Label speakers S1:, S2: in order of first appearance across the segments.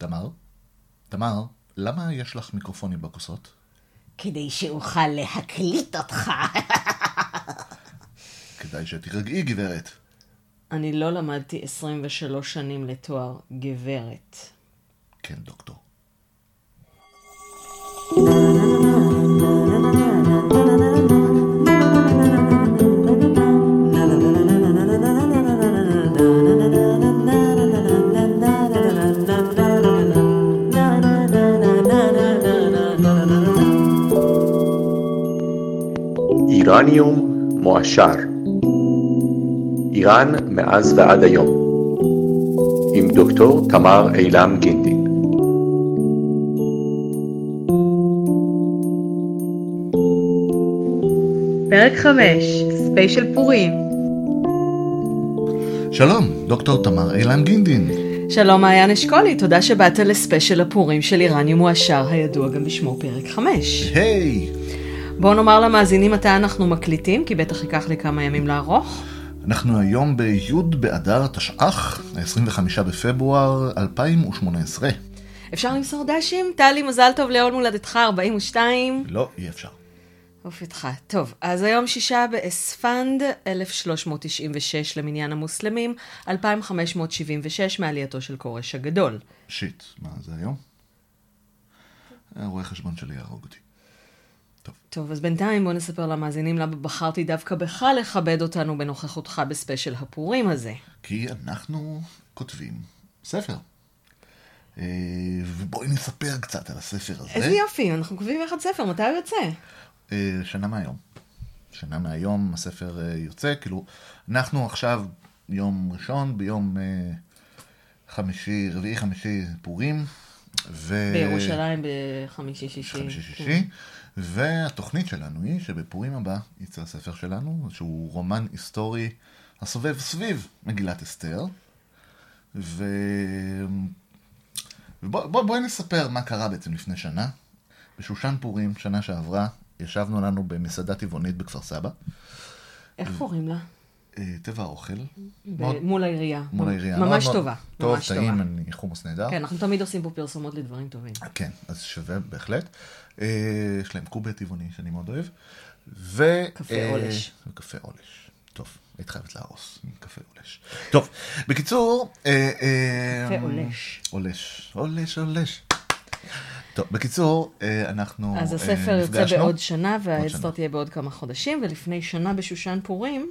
S1: תמר? תמר, למה יש לך מיקרופונים בכוסות?
S2: כדי שאוכל להקליט אותך.
S1: כדאי שתרגעי, גברת.
S2: אני לא למדתי 23 שנים לתואר גברת.
S1: כן, דוקטור.
S3: איראניום מועשר. איראן מאז ועד היום. עם דוקטור תמר אילם גינדין.
S4: פרק 5, ספיישל פורים.
S1: שלום, דוקטור תמר אילם גינדין.
S2: שלום מעיין אשכולי, תודה שבאת לספיישל הפורים של איראניום מועשר, הידוע גם בשמו פרק 5.
S1: היי!
S2: בואו נאמר למאזינים מתי אנחנו מקליטים, כי בטח ייקח לי כמה ימים לערוך.
S1: אנחנו היום בי' באדר תשע"ח, 25 בפברואר 2018.
S2: אפשר למסור דשים? טלי, מזל טוב לעול מולדתך 42.
S1: לא, אי אפשר.
S2: אוף איתך. טוב, אז היום 6 באספנד, 1396 למניין המוסלמים, 2576 מעלייתו של כורש הגדול.
S1: שיט, מה זה היום? רואה חשבון שלי יהרוג אותי.
S2: טוב, אז בינתיים בוא נספר למאזינים למה בחרתי דווקא בך לכבד אותנו בנוכחותך בספיישל הפורים הזה.
S1: כי אנחנו כותבים ספר. ובואי נספר קצת על הספר הזה.
S2: איזה יופי, אנחנו כותבים אחד ספר, מתי הוא יוצא?
S1: שנה מהיום. שנה מהיום הספר יוצא, כאילו, אנחנו עכשיו יום ראשון, ביום רביעי חמישי פורים.
S2: בירושלים בחמישי שישי.
S1: והתוכנית שלנו היא שבפורים הבא יצא הספר שלנו, שהוא רומן היסטורי הסובב סביב מגילת אסתר. ובואי נספר מה קרה בעצם לפני שנה. בשושן פורים, שנה שעברה, ישבנו לנו במסעדה טבעונית בכפר סבא.
S2: איך קוראים לה?
S1: טבע האוכל.
S2: מול העירייה.
S1: מול העירייה.
S2: ממש טובה.
S1: טוב, טעים, אני חומוס נהדר.
S2: כן, אנחנו תמיד עושים פה פרסומות לדברים טובים.
S1: כן, אז שווה בהחלט. יש להם קובה טבעוני שאני מאוד אוהב.
S2: קפה אולש.
S1: קפה אולש. טוב, היית חייבת להרוס עם קפה אולש. טוב, בקיצור...
S2: קפה אולש.
S1: אולש. טוב, בקיצור, אנחנו נפגשנו.
S2: אז הספר יוצא בעוד שנה, וההדסטר תהיה בעוד כמה חודשים, ולפני שנה בשושן פורים...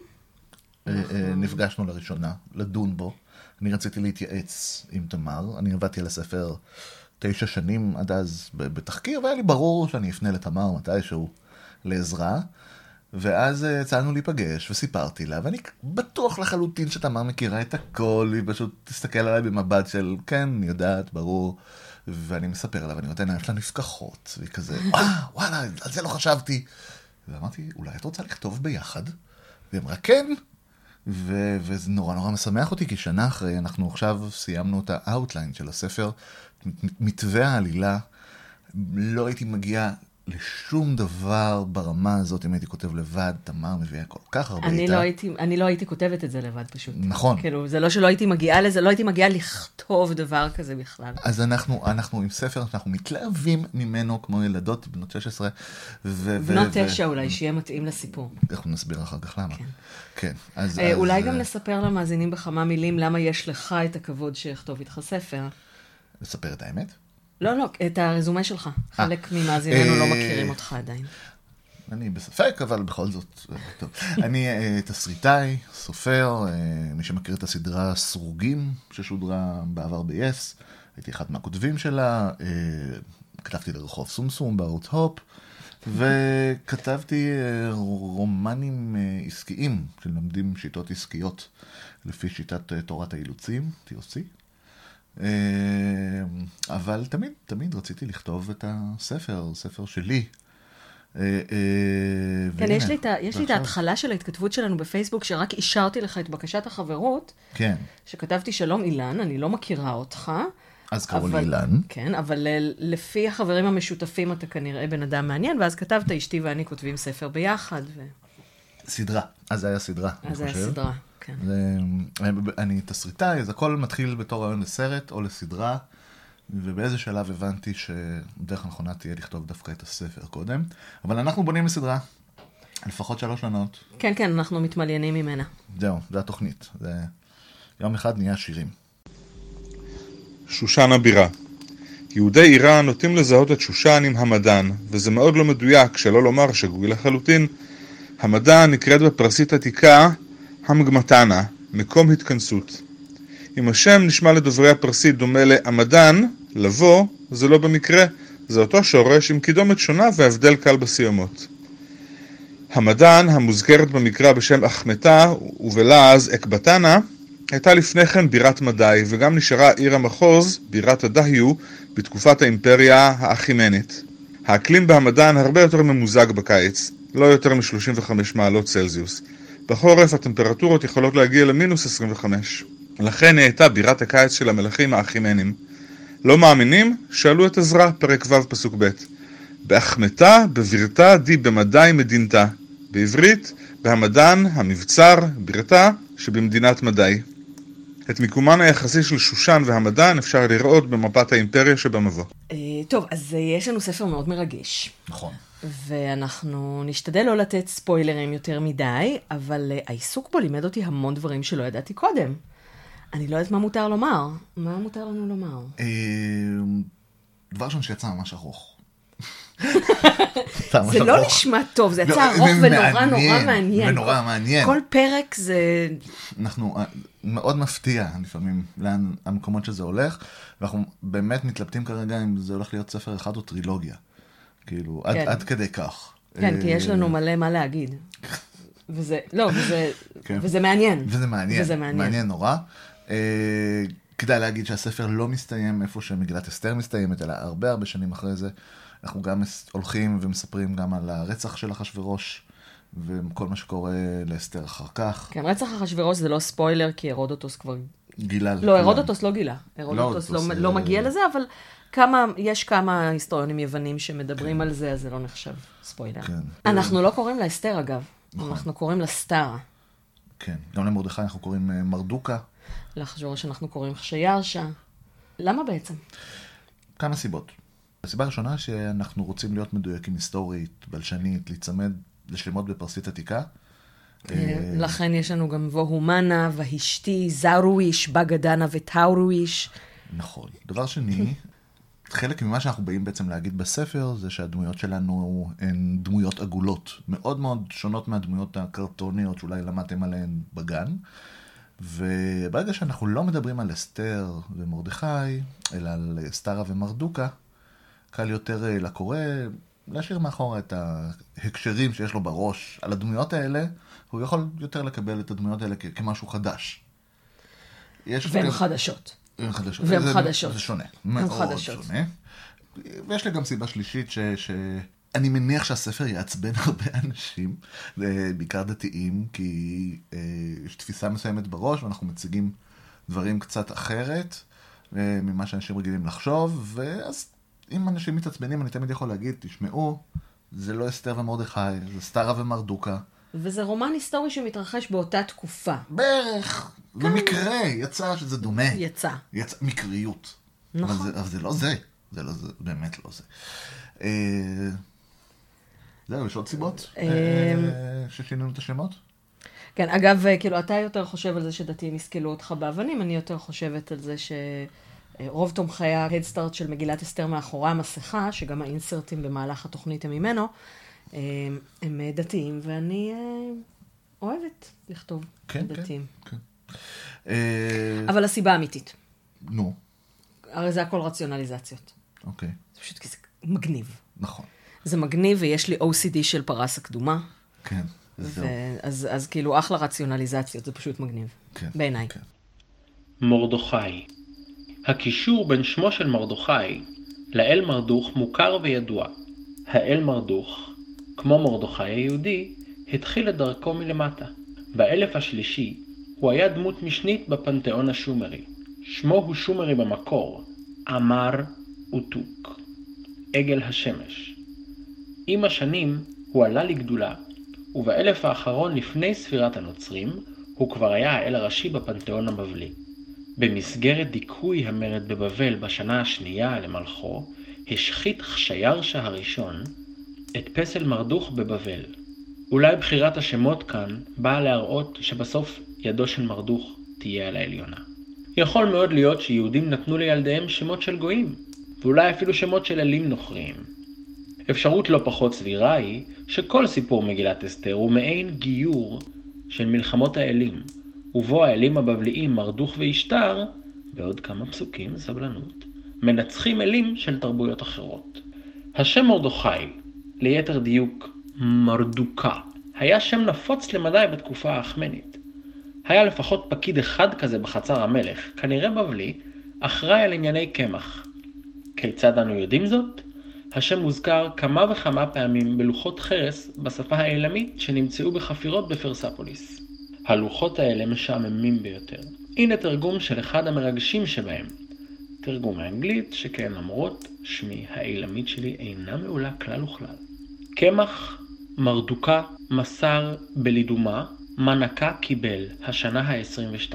S1: נפגשנו לראשונה, לדון בו. אני רציתי להתייעץ עם תמר. אני עבדתי על הספר 9 שנים עד אז בתחקיר, והיה לי ברור שאני אפנה לתמר מתישהו לעזרה. ואז יצאנו להיפגש וסיפרתי לה, ואני בטוח לחלוטין שתמר מכירה את הכל, היא פשוט תסתכל עליי במבט של, כן, אני יודעת, ברור. ואני מספר לה, ואני נותן לה, יש לה נפקחות, והיא כזה, וואלה, על זה לא חשבתי. ואמרתי, אולי את רוצה לכתוב ביחד? והיא אמרה, כן. וזה נורא נורא משמח אותי, כי שנה אחרי, אנחנו עכשיו סיימנו את האוטליין של הספר, מתווה העלילה, לא הייתי מגיע לשום דבר ברמה הזאת, אם הייתי כותב לבד, תמר מביאה כל כך הרבה איתה.
S2: אני לא הייתי כותבת את זה לבד פשוט.
S1: נכון.
S2: כאילו, זה לא שלא הייתי מגיעה לזה, לא הייתי מגיעה לכתוב דבר כזה בכלל.
S1: אז אנחנו עם ספר, אנחנו מתלהבים ממנו כמו ילדות בנות 16.
S2: בנות 9 אולי, שיהיה מתאים לסיפור.
S1: אנחנו נסביר אחר כך למה. כן.
S2: אולי גם נספר למאזינים בכמה מילים, למה יש לך את הכבוד שיכתוב איתך ספר.
S1: לספר את האמת?
S2: לא, את הרזומה שלך. חלק ממאזיננו לא מכירים אותך עדיין.
S1: אני בספק, אבל בכל זאת, טוב. אני תסריטאי, סופר, מי שמכיר את הסדרה סרוגים, ששודרה בעבר ב-yes, הייתי אחד מהכותבים שלה, כתבתי לרחוב סומסום בערוץ הופ, וכתבתי רומנים עסקיים, שלמדים שיטות עסקיות, לפי שיטת תורת האילוצים, TOC. אבל תמיד רציתי לכתוב את הספר, ספר שלי.
S2: כן, יש לי את ההתחלה של ההתכתבות שלנו בפייסבוק, שרק אישרתי לך את בקשת החברות,
S1: כן.
S2: שכתבתי שלום אילן, אני לא מכירה אותך.
S1: אז קראו לי אילן.
S2: כן, אבל לפי החברים המשותפים אתה כנראה בן אדם מעניין, ואז כתבת, אשתי ואני כותבים ספר ביחד.
S1: סדרה, אז זה היה סדרה, אני חושב.
S2: אז זה היה סדרה. כן.
S1: אני תסריטאי, אז הכל מתחיל בתור רעיון לסרט או לסדרה, ובאיזה שלב הבנתי שדרך הנכונה תהיה לכתוב דווקא את הספר קודם. אבל אנחנו בונים לסדרה, לפחות 3 עונות.
S2: כן, כן, אנחנו מתמליינים ממנה.
S1: זהו, זה התוכנית. זה... יום אחד נהיה שירים.
S5: שושן הבירה. יהודי איראן נוטים לזהות את שושן עם המדן, וזה מאוד לא מדויק, שלא לומר שגוי לחלוטין. המדן נקראת בפרסית עתיקה המגמתנה, מקום התכנסות. אם השם נשמע לדוברי הפרסית דומה לעמדן, לבוא, זה לא במקרה, זה אותו שורש עם קידומת שונה והבדל קל בסיומות. המדן, המוזכרת במקרא בשם אחמתה ובלעז אקבתנה, הייתה לפני כן בירת מדי, וגם נשארה עיר המחוז, בירת הדהיו, בתקופת האימפריה האחימנית. האקלים בהמדן הרבה יותר ממוזג בקיץ, לא יותר מ-35 מעלות צלזיוס. בחורף הטמפרטורות יכולות להגיע למינוס 25. לכן היא הייתה בירת הקיץ של המלכים האחימנים. לא מאמינים? שאלו את עזרא, פרק ו' פסוק ב'. באחמתה, בבירתה, די במדי מדינתה. בעברית, בהמדן, המבצר, בירתה, שבמדינת מדי. את מיקומן היחסי של שושן והמדן אפשר לראות במפת האימפריה שבמבוא.
S2: טוב, אז יש לנו ספר מאוד מרגש.
S1: נכון.
S2: ואנחנו נשתדל לא לתת ספוילרים יותר מדי, אבל העיסוק בו לימד אותי המון דברים שלא ידעתי קודם. אני לא יודעת מה מותר לומר. מה מותר לנו לומר?
S1: דבר ראשון שיצא ממש ארוך.
S2: זה לא נשמע טוב, זה יצא ארוך ונורא נורא מעניין.
S1: ונורא מעניין.
S2: כל פרק זה...
S1: אנחנו מאוד מפתיע לפעמים לאן המקומות שזה הולך, ואנחנו באמת מתלבטים כרגע אם זה הולך להיות ספר אחד או טרילוגיה. כאילו, עד כדי כך.
S2: כן, כי יש לנו מלא מה להגיד. וזה, לא, וזה מעניין.
S1: וזה מעניין. מעניין נורא. כדאי להגיד שהספר לא מסתיים איפה שמגילת אסתר מסתיימת, אלא הרבה שנים אחרי זה. אנחנו גם הולכים ומספרים גם על הרצח של אחשוורוש, וכל מה שקורה לאסתר אחר כך.
S2: כן, רצח אחשוורוש זה לא ספוילר, כי הרודוטוס כבר...
S1: גילה.
S2: לא, הרודוטוס לא גילה. הרודוטוס לא מגיע לזה, אבל יש כמה היסטוריונים יוונים שמדברים על זה, אז זה לא נחשב ספוילר. אנחנו לא קוראים לה אסתר, אגב. אנחנו קוראים לה סתרה.
S1: כן, גם למרדכי אנחנו קוראים מרדוקה.
S2: לאחשוורוש אנחנו קוראים חשיירשה. למה בעצם?
S1: כמה סיבות. הסיבה הראשונה שאנחנו רוצים להיות מדויקים היסטורית, בלשנית, להצמד לשלמות בפרסית עתיקה.
S2: לכן יש לנו גם והומנה, והשתי, זרויש, בגדנה וטאורויש.
S1: נכון. דבר שני, חלק ממה שאנחנו באים בעצם להגיד בספר, זה שהדמויות שלנו הן דמויות עגולות, מאוד מאוד שונות מהדמויות הקרטוניות שאולי למדתם עליהן בגן. וברגע שאנחנו לא מדברים על אסתר ומרדכי, אלא על סתרה ומרדוקה, קל יותר לקורא להשאיר מאחורה את ההקשרים שיש לו בראש על הדמויות האלה, הוא יכול יותר לקבל את הדמויות האלה כמשהו חדש.
S2: והן חדשות.
S1: והן חדשות.
S2: והן חדשות.
S1: זה שונה. מאוד שונה. ויש לי גם סיבה שלישית שאני מניח שהספר יעצבן הרבה אנשים, בעיקר דתיים, כי יש תפיסה מסוימת בראש, ואנחנו מציגים דברים קצת אחרת ממה שאנשים רגילים לחשוב, ואז אם אנשים מתעצבנים, אני תמיד יכול להגיד, תשמעו, זה לא אסתר ומרדכי, זה סתרה ומרדוקה.
S2: וזה רומן היסטורי שמתרחש באותה תקופה.
S1: בערך, במקרה, יצא שזה דומה.
S2: יצא.
S1: מקריות.
S2: נכון.
S1: אבל זה לא זה. זה באמת לא זה. זהו, יש עוד סיבות ששינינו את השמות?
S2: כן, אגב, כאילו, אתה יותר חושב על זה שדתיים יסכלו אותך באבנים, אני יותר חושבת על זה רוב תומכי ההדסטארט של מגילת אסתר מאחורי המסכה, שגם האינסרטים במהלך התוכנית הם ממנו, הם דתיים, ואני אוהבת לכתוב דתיים.
S1: כן.
S2: אבל הסיבה אמיתית.
S1: נו.
S2: הרי זה הכל רציונליזציות.
S1: אוקיי.
S2: זה פשוט כי זה מגניב.
S1: נכון.
S2: זה מגניב, ויש לי OCD של פרס הקדומה.
S1: כן.
S2: אז כאילו אחלה רציונליזציות, זה פשוט מגניב.
S1: כן.
S2: בעיניי.
S1: כן.
S6: מרדכי. הקישור בין שמו של מרדכי לאל מרדוך מוכר וידוע. האל מרדוך, כמו מרדכי היהודי, התחיל את דרכו מלמטה. באלף השלישי הוא היה דמות משנית בפנתיאון השומרי. שמו הוא שומרי במקור, אמר וטוק, עגל השמש. עם השנים הוא עלה לגדולה, ובאלף האחרון לפני ספירת הנוצרים הוא כבר היה האל הראשי בפנתיאון הבבלי. במסגרת דיכוי המרד בבבל בשנה השנייה למלכו, השחית חשיירשה הראשון את פסל מרדוך בבבל. אולי בחירת השמות כאן באה להראות שבסוף ידו של מרדוך תהיה על העליונה. יכול מאוד להיות שיהודים נתנו לילדיהם שמות של גויים, ואולי אפילו שמות של אלים נוכריים. אפשרות לא פחות סבירה היא שכל סיפור מגילת אסתר הוא מעין גיור של מלחמות האלים, ובו האלים הבבליים מרדוך ואשתר, בעוד כמה פסוקים, סבלנות, מנצחים אלים של תרבויות אחרות. השם מרדכי, ליתר דיוק מרדוקה, היה שם נפוץ למדי בתקופה האחמנית. היה לפחות פקיד אחד כזה בחצר המלך, כנראה בבלי, אחראי על ענייני קמח. כיצד אנו יודעים זאת? השם מוזכר כמה וכמה פעמים בלוחות חרס בשפה האלמית שנמצאו בחפירות בפרספוליס. הלוחות האלה משעממים ביותר. הנה תרגום של אחד המרגשים שבהם. תרגום האנגלית, שכן למרות שמי האילמית שלי אינה מעולה כלל וכלל. קמח מרדוקה מסר בלידומה, מנקה קיבל השנה ה-22.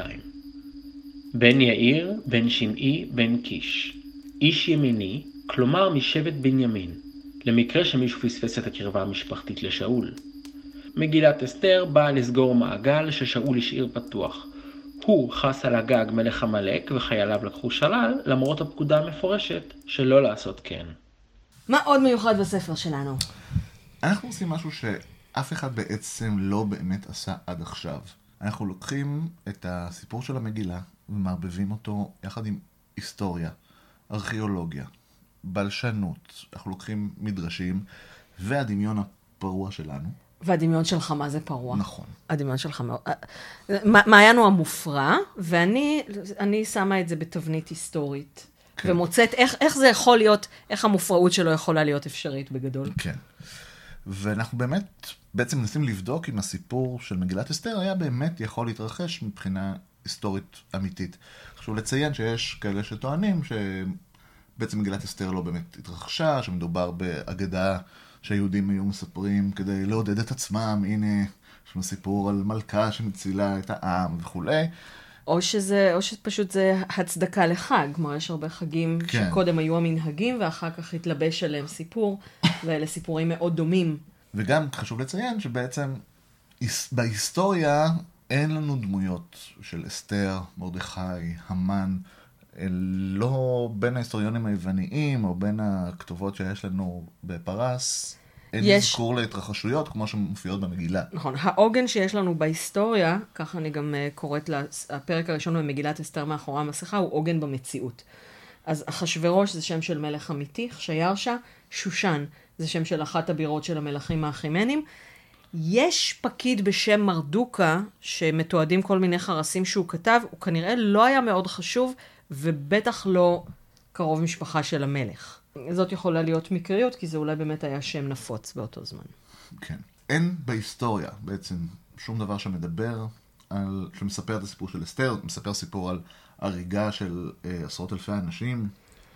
S6: בן יאיר, בן שמעי, בן קיש. איש ימיני, כלומר משבט בנימין, למקרה שמישהו פספס את הקרבה המשפחתית לשאול. מגילת אסתר באה לסגור מעגל ששאול השאיר פתוח. הוא חס על הגג מלך עמלק וחייליו לקחו שלל, למרות הפקודה המפורשת שלא לעשות כן.
S2: מה עוד מיוחד בספר שלנו?
S1: אנחנו עושים משהו שאף אחד בעצם לא באמת עשה עד עכשיו. אנחנו לוקחים את הסיפור של המגילה ומערבבים אותו יחד עם היסטוריה, ארכיאולוגיה, בלשנות. אנחנו לוקחים מדרשים והדמיון הפרוע שלנו.
S2: והדמיון שלך מה זה פרוע?
S1: נכון.
S2: הדמיון שלך מאוד... מעיין הוא המופרע, ואני שמה את זה בתבנית היסטורית. כן. ומוצאת איך זה יכול להיות, איך המופרעות שלו יכולה להיות אפשרית בגדול.
S1: כן. ואנחנו באמת בעצם מנסים לבדוק אם הסיפור של מגילת אסתר היה באמת יכול להתרחש מבחינה היסטורית אמיתית. חשוב לציין שיש כאלה שטוענים שבעצם מגילת אסתר לא באמת התרחשה, שמדובר באגדה שהיהודים היו מספרים כדי לעודד את עצמם, הנה יש לנו סיפור על מלכה שמצילה את העם וכו'.
S2: או שפשוט זה הצדקה לחג, כמו יש הרבה חגים
S1: כן.
S2: שקודם היו המנהגים ואחר כך התלבש עליהם סיפור, ואלה סיפורים מאוד דומים.
S1: וגם חשוב לציין שבעצם בהיסטוריה אין לנו דמויות של אסתר, מרדכי, המן, לא בין ההיסטוריונים היווניים או בין הכתובות שיש לנו בפרס, אין אזכור להתרחשויות כמו שמופיעות במגילה.
S2: נכון, העוגן שיש לנו בהיסטוריה, ככה אני גם קוראת לפרק הראשון במגילת אסתר מאחורי המסכה, הוא עוגן במציאות. אז אחשוורוש זה שם של מלך אמיתי, חשיירשה, שושן זה שם של אחת הבירות של המלכים האחימנים. יש פקיד בשם מרדוקה שמתועדים כל מיני חרסים שהוא כתב, הוא כנראה לא היה מאוד חשוב ובטח לא קרוב משפחה של המלך. זאת יכולה להיות מקריות, כי זה אולי באמת היה שם נפוץ באותו זמן.
S1: כן. אין בהיסטוריה בעצם שום דבר שמדבר על, שמספר את הסיפור של אסתר, מספר סיפור על הריגה של עשרות אלפי אנשים.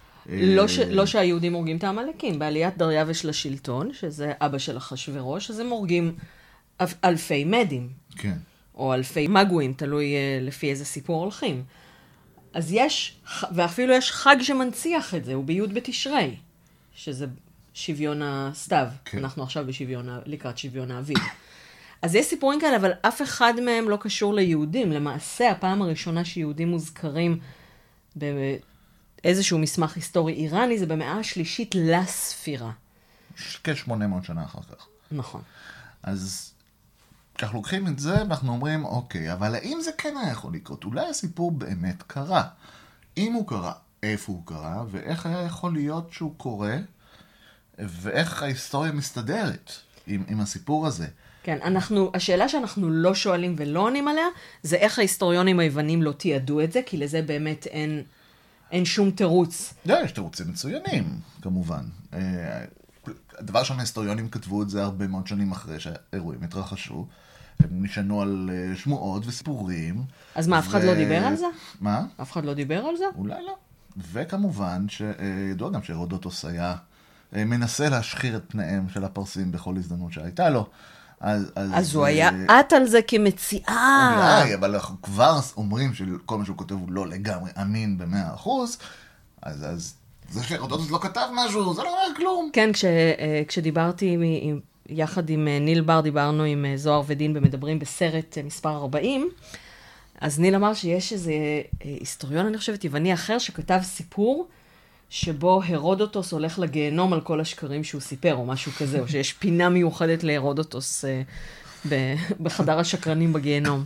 S2: לא שהיהודים הורגים את העמלקים, בעליית דריווש לשלטון, שזה אבא של אחשוורוש, אז הם הורגים אלפי מדים.
S1: כן.
S2: או אלפי מגויים, תלוי לפי איזה סיפור הולכים. אז יש, ואפילו יש חג שמנציח את זה, הוא בי' בתשרי, שזה שוויון הסתיו. כן. אנחנו עכשיו לקראת שוויון האביב. אז יש סיפורים כאלה, אבל אף אחד מהם לא קשור ליהודים. למעשה, הפעם הראשונה שיהודים מוזכרים באיזשהו מסמך היסטורי איראני, זה במאה השלישית לספירה.
S1: כ-800 שנה אחר כך.
S2: נכון.
S1: אז כשאנחנו לוקחים את זה, אנחנו אומרים, אוקיי, אבל האם זה כן היה יכול לקרות? אולי הסיפור באמת קרה. אם הוא קרה, איפה הוא קרה, ואיך היה יכול להיות שהוא קורה, ואיך ההיסטוריה מסתדרת עם הסיפור הזה.
S2: כן, השאלה שאנחנו לא שואלים ולא עונים עליה, זה איך ההיסטוריונים היוונים לא תיעדו את זה, כי לזה באמת אין שום תירוץ.
S1: יש תירוצים מצוינים, כמובן. הדבר שההיסטוריונים כתבו את זה הרבה מאוד שנים אחרי שהאירועים התרחשו. הם נשענו על שמועות וסיפורים.
S2: אז מה, אף אחד לא דיבר על זה?
S1: מה?
S2: אף אחד לא דיבר על זה?
S1: אולי לא. וכמובן שידוע גם שהרודוטוס היה מנסה להשחיר את פניהם של הפרסים בכל הזדמנות שהייתה לו.
S2: אז הוא היה עט על זה כמציאה.
S1: אולי, אבל אנחנו כבר אומרים שכל מה שהוא כותב הוא לא לגמרי אמין ב100%, אז זה שהרודוטוס לא כתב משהו, זה לא אומר כלום.
S2: כן, כשדיברתי יחד עם ניל בר, דיברנו עם זוהר ודין במדברים בסרט מספר 40, אז ניל אמר שיש איזה היסטוריון, אני חושבת, יווני אחר, שכתב סיפור שבו הרודוטוס הולך לגיהנום על כל השקרים שהוא סיפר, או משהו כזה, או שיש פינה מיוחדת להרודוטוס בחדר השקרנים בגיהנום.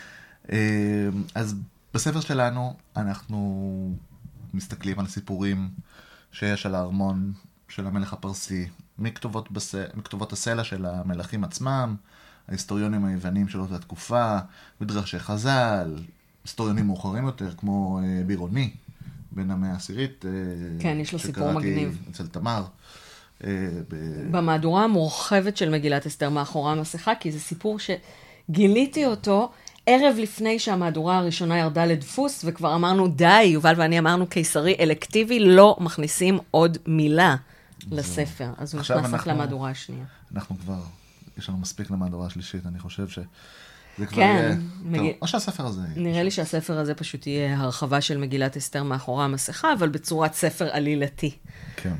S1: אז בספר שלנו אנחנו מסתכלים על סיפורים שיש על הארמון של המלך הפרסי, מכתובות הסלע של המלכים עצמם, ההיסטוריונים היוונים של אותה תקופה, מדרשי חז"ל, היסטוריונים מאוחרים יותר, כמו בירוני, בין המאה העשירית.
S2: כן, יש לו סיפור מגניב.
S1: אצל תמר.
S2: במהדורה המורחבת של מגילת אסתר מאחורי המסכה, כי זה סיפור שגיליתי אותו ערב לפני שהמהדורה הראשונה ירדה לדפוס, וכבר אמרנו, די, יובל ואני אמרנו, קיסרי אלקטיבי, לא מכניסים עוד מילה לספר. אז הוא נכנס רק למהדורה השנייה.
S1: אנחנו כבר, יש לנו מספיק למהדורה השלישית, אני חושב שזה כבר
S2: כן,
S1: יהיה... או שהספר הזה...
S2: נראה לי שהספר הזה פשוט יהיה הרחבה של מגילת אסתר מאחורי המסכה, אבל בצורת ספר עלילתי.
S1: כן.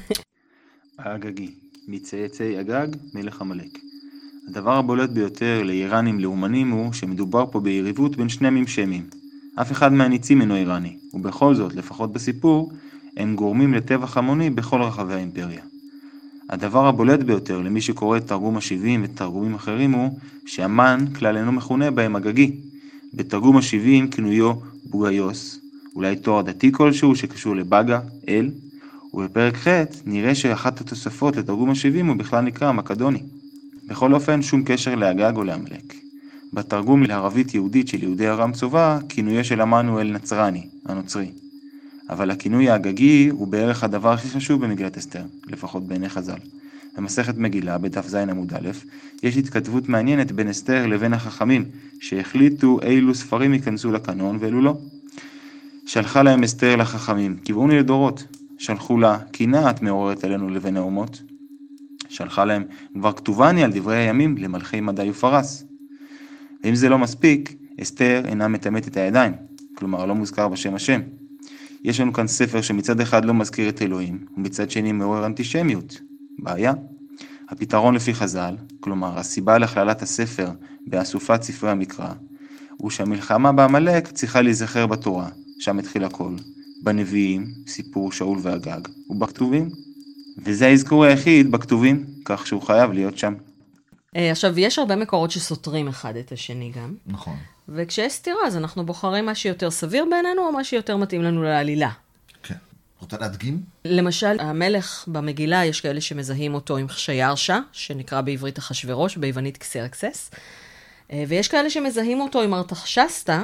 S7: האגגי, מצאצאי אגג, מלך עמלק. הדבר הבולט ביותר לאיראנים לאומנים הוא שמדובר פה ביריבות בין שני ממשמים. אף אחד מהניצים אינו איראני, ובכל זאת, לפחות בסיפור, הם גורמים לטבח המוני בכל רחבי האימפריה. הדבר הבולט ביותר למי שקורא את תרגום ה-70 ותרגומים אחרים הוא שהמן כלל אינו מכונה בהם אגגי. בתרגום ה-70 כינויו בוגאיוס, אולי תואר דתי כלשהו שקשור לבגה, אל, ובפרק ח' נראה שאחת התוספות לתרגום ה-70 הוא בכלל נקרא מקדוני. בכל אופן שום קשר לאגג או לעמלק. בתרגום לערבית יהודית של יהודי ארם צובא, כינויו של המן הוא אל נצרני, הנוצרי. אבל הכינוי האגגי הוא בערך הדבר הכי חשוב במגילת אסתר, לפחות בעיני חז"ל. במסכת מגילה, בדף ז עמוד א', יש התכתבות מעניינת בין אסתר לבין החכמים, שהחליטו אילו ספרים ייכנסו לקנון ואילו לא. שלחה להם אסתר לחכמים, קבעוני לדורות. שלחו לה, כי נא את מעוררת עלינו לבין האומות. שלחה להם, כבר כתובני על דברי הימים למלכי מדי ופרס. ואם זה לא מספיק, אסתר אינה מטמאת את הידיים, כלומר לא מוזכר בשם השם. יש לנו כאן ספר שמצד אחד לא מזכיר את אלוהים, ומצד שני מעורר אנטישמיות. בעיה. הפתרון לפי חז"ל, כלומר הסיבה להכללת הספר באסופת ספרי המקרא, הוא שהמלחמה בעמלק צריכה להיזכר בתורה, שם התחיל הכל, בנביאים, סיפור שאול ואגג, ובכתובים. וזה האזכור היחיד בכתובים, כך שהוא חייב להיות שם.
S2: עכשיו, יש הרבה מקורות שסותרים אחד את השני גם.
S1: נכון.
S2: וכשיש סתירה, אז אנחנו בוחרים מה שיותר סביר בעינינו, או מה שיותר מתאים לנו לעלילה.
S1: כן. רוצה להדגים?
S2: למשל, המלך במגילה, יש כאלה שמזהים אותו עם חשיירשה, שנקרא בעברית אחשוורוש, ביוונית קסרקסס. ויש כאלה שמזהים אותו עם ארתחשסתא,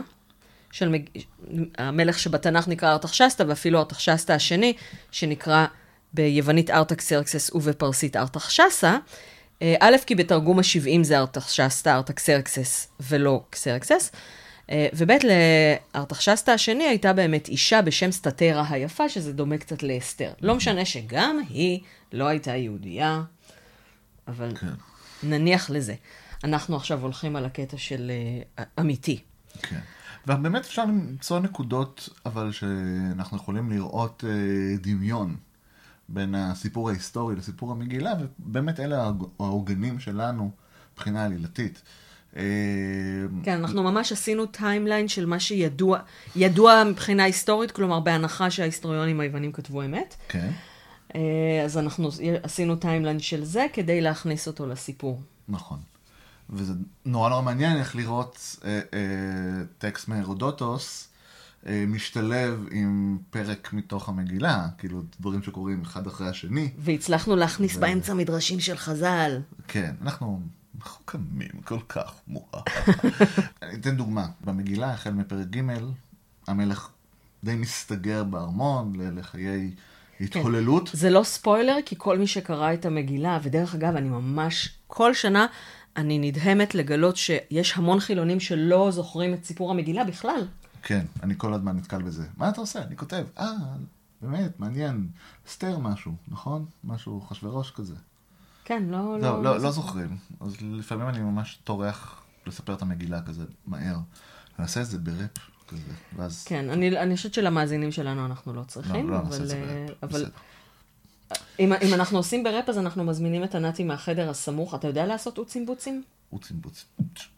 S2: המלך שבתנ"ך נקרא ארתחשסתא, ואפילו ארתחשסתא השני, שנקרא ביוונית ארתקסרקסס ובפרסית ארתחשסה. א', כי בתרגום ה-70 זה ארתחשסתא, ארתקסרקסס ולא קסרקסס. וב', לארתחשסתא השני הייתה באמת אישה בשם סטטרה היפה, שזה דומה קצת לאסתר. לא משנה שגם היא לא הייתה יהודייה, אבל נניח לזה. אנחנו עכשיו הולכים על הקטע של אמיתי. כן.
S1: ובאמת אפשר למצוא נקודות, אבל שאנחנו יכולים לראות דמיון בין הסיפור ההיסטורי לסיפור המגילה, ובאמת אלה העוגנים שלנו מבחינה עלילתית.
S2: כן, אנחנו ממש עשינו טיימליין של מה שידוע מבחינה היסטורית, כלומר בהנחה שההיסטוריונים היוונים כתבו אמת. כן. אז אנחנו עשינו טיימליין של זה כדי להכניס אותו לסיפור.
S1: נכון. וזה נורא מעניין איך לראות טקסט מהרודוטוס משתלב עם פרק מתוך המגילה, כאילו דברים שקורים אחד אחרי השני.
S2: והצלחנו להכניס באמצע מדרשים של חז"ל.
S1: כן, אנחנו מחוכמים כל כך מוכח. אני אתן דוגמה. במגילה, החל מפרק ג', המלך די מסתגר בארמון לחיי התהוללות.
S2: זה לא ספוילר, כי כל מי שקרא את המגילה, ודרך אגב, אני ממש כל שנה אני נדהמת לגלות שיש המון חילונים שלא זוכרים את סיפור המגילה בכלל.
S1: כן, אני כל הזמן נתקל בזה. מה אתה עושה? אני כותב, באמת, מעניין, אסתר משהו, נכון? משהו חשוורוש כזה.
S2: כן,
S1: לא זוכרים. אז לפעמים אני ממש טורח לספר את המגילה כזה מהר. נעשה את זה בראפ כזה, ואז...
S2: כן, אני חושבת שלמאזינים שלנו אנחנו לא צריכים,
S1: לא נעשה את זה בראפ,
S2: אבל
S1: בסדר.
S2: אם אנחנו עושים בראפ, אז אנחנו מזמינים את ענתי מהחדר הסמוך. אתה יודע לעשות אוצים בוצים?
S1: אוצים בוצים.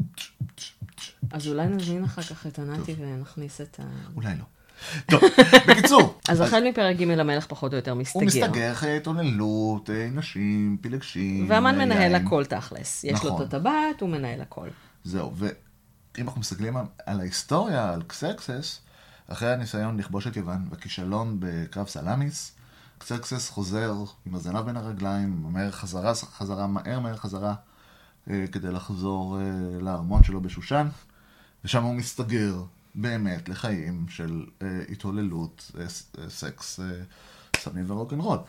S2: אז אולי נזמין אחר כך את ענתי ונכניס את ה...
S1: אולי לא. טוב, בקיצור.
S2: אז החל מפרק ג' המלך פחות או יותר מסתגר.
S1: הוא מסתגר אחרי התעללות, נשים, פילגשים.
S2: והמן מנהל הכל תכלס. יש לו
S1: נכון.
S2: את הטבעת, הוא מנהל הכל.
S1: זהו, ואם אנחנו מסתכלים על ההיסטוריה, על קסרקסס, אחרי הניסיון לכבוש את יוון והכישלון בקרב סלאמיס, קסרקסס חוזר עם הזנב בין הרגליים, אומר חזרה, מהר חזרה, כדי לחזור לארמון שלו בשושן, ושם הוא מסתגר באמת לחיים של התעוללות, סקס, סמים ורוקנרול.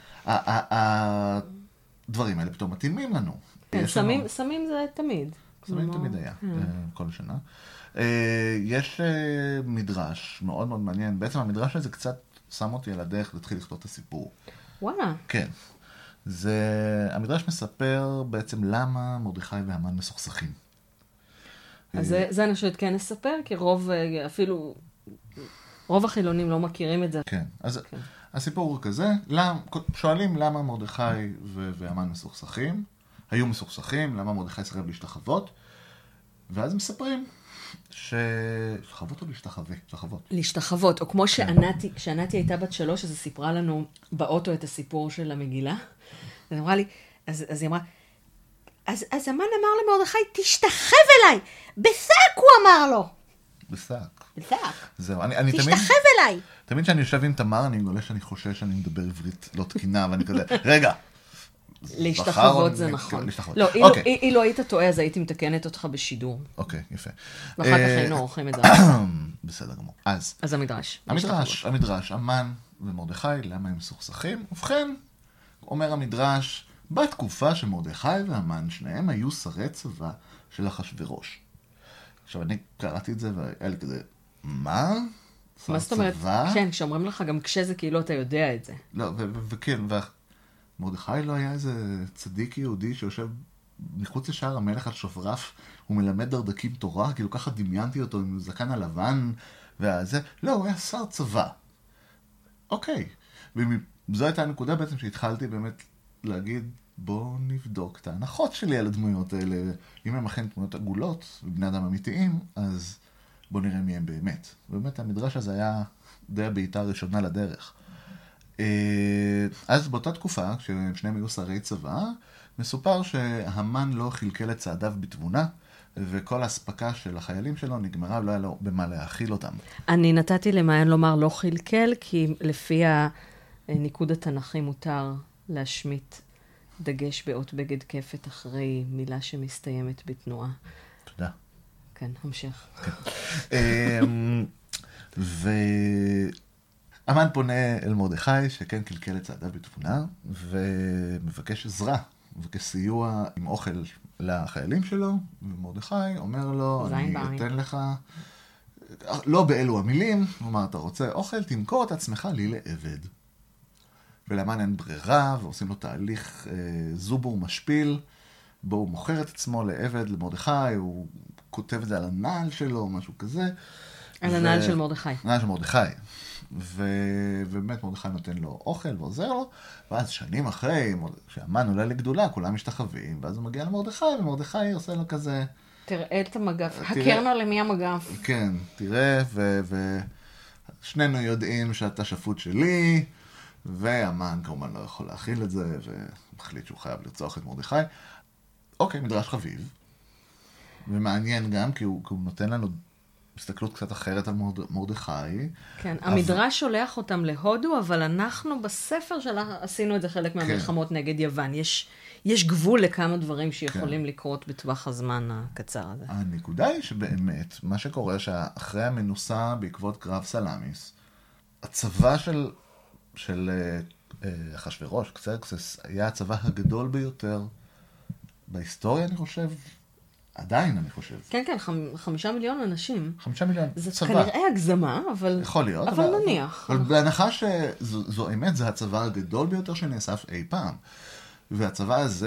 S1: הדברים האלה פתאום מתאימים לנו.
S2: כן, סמים זה תמיד.
S1: סמים תמיד היה, כל שנה. יש מדרש מאוד מאוד מעניין. בעצם המדרש הזה קצת שם אותי על הדרך להתחיל לכתוב את הסיפור.
S2: וואלה.
S1: כן. המדרש מספר בעצם למה מרדכי והמן מסוכסכים.
S2: אז זה אני חושבת כן נספר, כי רוב החילונים לא מכירים את זה.
S1: כן, אז הסיפור הוא כזה, שואלים למה מרדכי והמן מסוכסכים, היו מסוכסכים, למה מרדכי סירב להשתחוות, ואז מספרים להשתחוות או להשתחוות?
S2: להשתחוות, או כמו כשענתי הייתה בת 3, אז היא סיפרה לנו באוטו את הסיפור של המגילה, אז אמרה לי, אז היא אמרה, אז המן אמר למרדכי, תשתחב אליי, בשק הוא אמר לו.
S1: בשק. זהו,
S2: תשתחב אליי.
S1: תמיד כשאני יושב עם תמר, אני מגולה שאני חושש שאני מדבר עברית לא תקינה, ואני כזה, רגע.
S2: להשתחוות זה נכון. לא, אילו לא היית טועה, אז הייתי מתקנת אותך בשידור.
S1: אוקיי, יפה.
S2: ואחר כך היינו עורכים את זה.
S1: בסדר גמור.
S2: אז המדרש.
S1: המדרש, המן ומרדכי, למה הם מסוכסכים? ובכן, אומר המדרש, בתקופה שמרדכי והמן, שניהם היו שרי צבא של אחשוורוש. עכשיו, אני קראתי את זה והיה לי כזה, מה?
S2: מה זאת אומרת? כן, כשאומרים לך גם כשזה כאילו אתה יודע את זה.
S1: לא, וכן, מרדכי לא היה איזה צדיק יהודי שיושב מחוץ לשער המלך על שופרף, הוא מלמד דרדקים תורה, כאילו ככה דמיינתי אותו עם זקן הלבן, וזה, לא, הוא היה שר צבא. אוקיי. וזו הייתה הנקודה בעצם שהתחלתי באמת להגיד, בוא נבדוק את ההנחות שלי על הדמויות האלה. אם הם אכן דמויות עגולות, ובני אדם אמיתיים, אז בוא נראה מי הם באמת. ובאמת המדרש הזה היה די הבעיטה הראשונה לדרך. אז באותה תקופה, כששניהם היו שרי צבא, מסופר שהמן לא חלקל את צעדיו בתבונה, וכל ההספקה של החיילים שלו נגמרה, ולא היה לו במה להאכיל אותם.
S2: אני נתתי למעיין לומר לא חלקל, כי לפי הניקוד התנ"כי מותר להשמיט דגש באות בגד כפת אחרי מילה שמסתיימת בתנועה.
S1: תודה.
S2: כן, המשך.
S1: המן פונה אל מרדכי, שכן קלקל את צעדיו בתבונה, ומבקש עזרה, מבקש סיוע עם אוכל לחיילים שלו, ומרדכי אומר לו, אני אתן לך, לא באלו המילים, הוא אומר, אתה רוצה אוכל, תמכור את עצמך לי לעבד. ולמן אין ברירה, ועושים לו תהליך זובור משפיל, בו הוא מוכר את עצמו לעבד למרדכי, הוא כותב את זה על הנעל שלו, משהו כזה.
S2: על הנעל של מרדכי.
S1: הנעל של מרדכי. ובאמת מרדכי נותן לו אוכל ועוזר לו, ואז שנים אחרי, כשהמן עולה לגדולה, כולם משתחווים, ואז הוא מגיע למרדכי, ומרדכי עושה לו כזה...
S2: תראה את המגף, הכרנו למי המגף.
S1: כן, תראה, ושנינו יודעים שאתה שפוט שלי, והמן כמובן לא יכול להכיל את זה, ומחליט שהוא חייב לרצוח את מרדכי. אוקיי, מדרש חביב, ומעניין גם, כי הוא נותן לנו הסתכלות קצת אחרת על מרדכי.
S2: כן, המדרש שולח אותם להודו, אבל אנחנו בספר שלה עשינו את זה חלק מהמלחמות נגד יוון. יש גבול לכמה דברים שיכולים לקרות בטווח הזמן הקצר הזה.
S1: הנקודה היא שבאמת, מה שקורה שאחרי המנוסה בעקבות קרב סלאמיס, הצבא של אחשוורוש, קסרקסס, היה הצבא הגדול ביותר בהיסטוריה, אני חושב. עדיין, אני חושב.
S2: כן, כן, 5 מיליון אנשים.
S1: 5 מיליון,
S2: זה
S1: צבא.
S2: כנראה הגזמה, אבל...
S1: יכול להיות.
S2: אבל נניח.
S1: אבל בהנחה שזו אמת, זה הצבא הגדול ביותר שנאסף אי פעם. והצבא הזה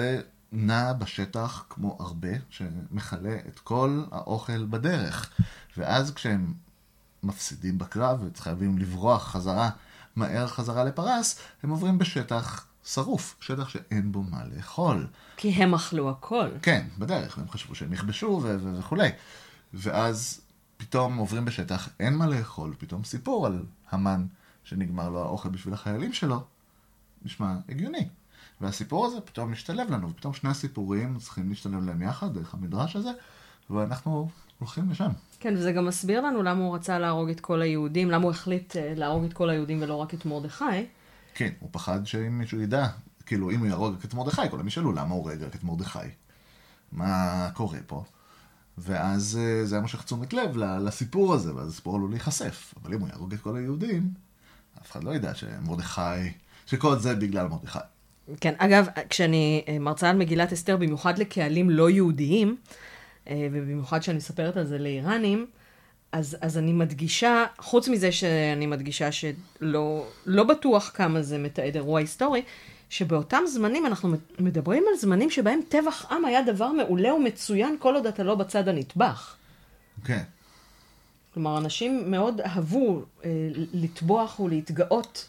S1: נע בשטח כמו הרבה שמחלה את כל האוכל בדרך. ואז כשהם מפסידים בקרב וחייבים לברוח מהר חזרה לפרס, הם עוברים בשטח שרוף, שטח שאין בו מה לאכול.
S2: כי הם אכלו הכל.
S1: כן, בדרך, הם חשבו שהם יכבשו וכולי. ואז פתאום עוברים בשטח, אין מה לאכול, פתאום סיפור על המן שנגמר לו האוכל בשביל החיילים שלו, נשמע הגיוני. והסיפור הזה פתאום משתלב לנו, ופתאום שני הסיפורים צריכים להשתלב להם יחד, דרך המדרש הזה, ואנחנו הולכים לשם.
S2: כן, וזה גם מסביר לנו למה הוא רצה להרוג את כל היהודים, למה הוא החליט להרוג את כל היהודים ולא רק את מרדכי.
S1: כן, הוא פחד שאם מישהו ידע, כאילו אם הוא יהרוג את מרדכי, כולם ישאלו למה הוא הורג רק את מרדכי. מה קורה פה? ואז זה היה מושך תשומת לב לסיפור הזה, ואז הסיפור עלול להיחשף. אבל אם הוא יהרוג את כל היהודים, אף אחד לא ידע שמרדכי, שכל זה בגלל מרדכי.
S2: כן, אגב, כשאני מרצה על מגילת אסתר, במיוחד לקהלים לא יהודיים, ובמיוחד שאני מספרת על זה לאיראנים, אז אני מדגישה, חוץ מזה שאני מדגישה שלא בטוח כמה זה מתעד אירוע היסטורי, שבאותם זמנים אנחנו מדברים על זמנים שבהם טבח עם היה דבר מעולה ומצוין כל עוד אתה לא בצד הנטבח.
S1: כן.
S2: כלומר, אנשים מאוד אהבו לטבוח ולהתגאות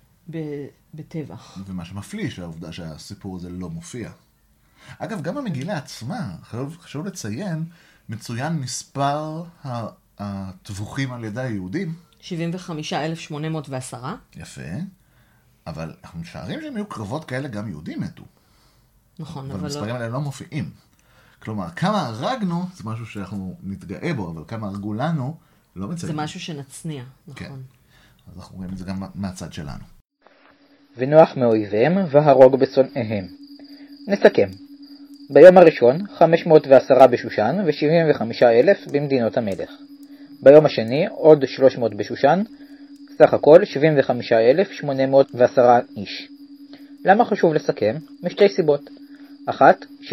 S2: בטבח.
S1: ומה שמפליא שהעובדה שהסיפור הזה לא מופיע. אגב, גם המגילה עצמה, חשוב לציין, מצוין מספר הטבוחים על ידי היהודים.
S2: 75,810.
S1: יפה. אבל אנחנו משערים שהם יהיו קרבות כאלה, גם יהודים מתו.
S2: נכון,
S1: אבל המספרים האלה לא מופיעים. כלומר, כמה הרגנו, זה משהו שאנחנו נתגאה בו, אבל כמה הרגו לנו, לא מציינים.
S2: זה משהו שנצניע, נכון.
S1: כן. אז אנחנו רואים את זה גם מהצד שלנו.
S8: ונוח מאויביהם והרוג בשונאיהם. נסכם. ביום הראשון 510 בשושן ו75,000 במדינות המלך. ביום השני עוד 300 בשושן, סך הכל 75,810 איש. למה חשוב לסכם? משתי סיבות. אחת,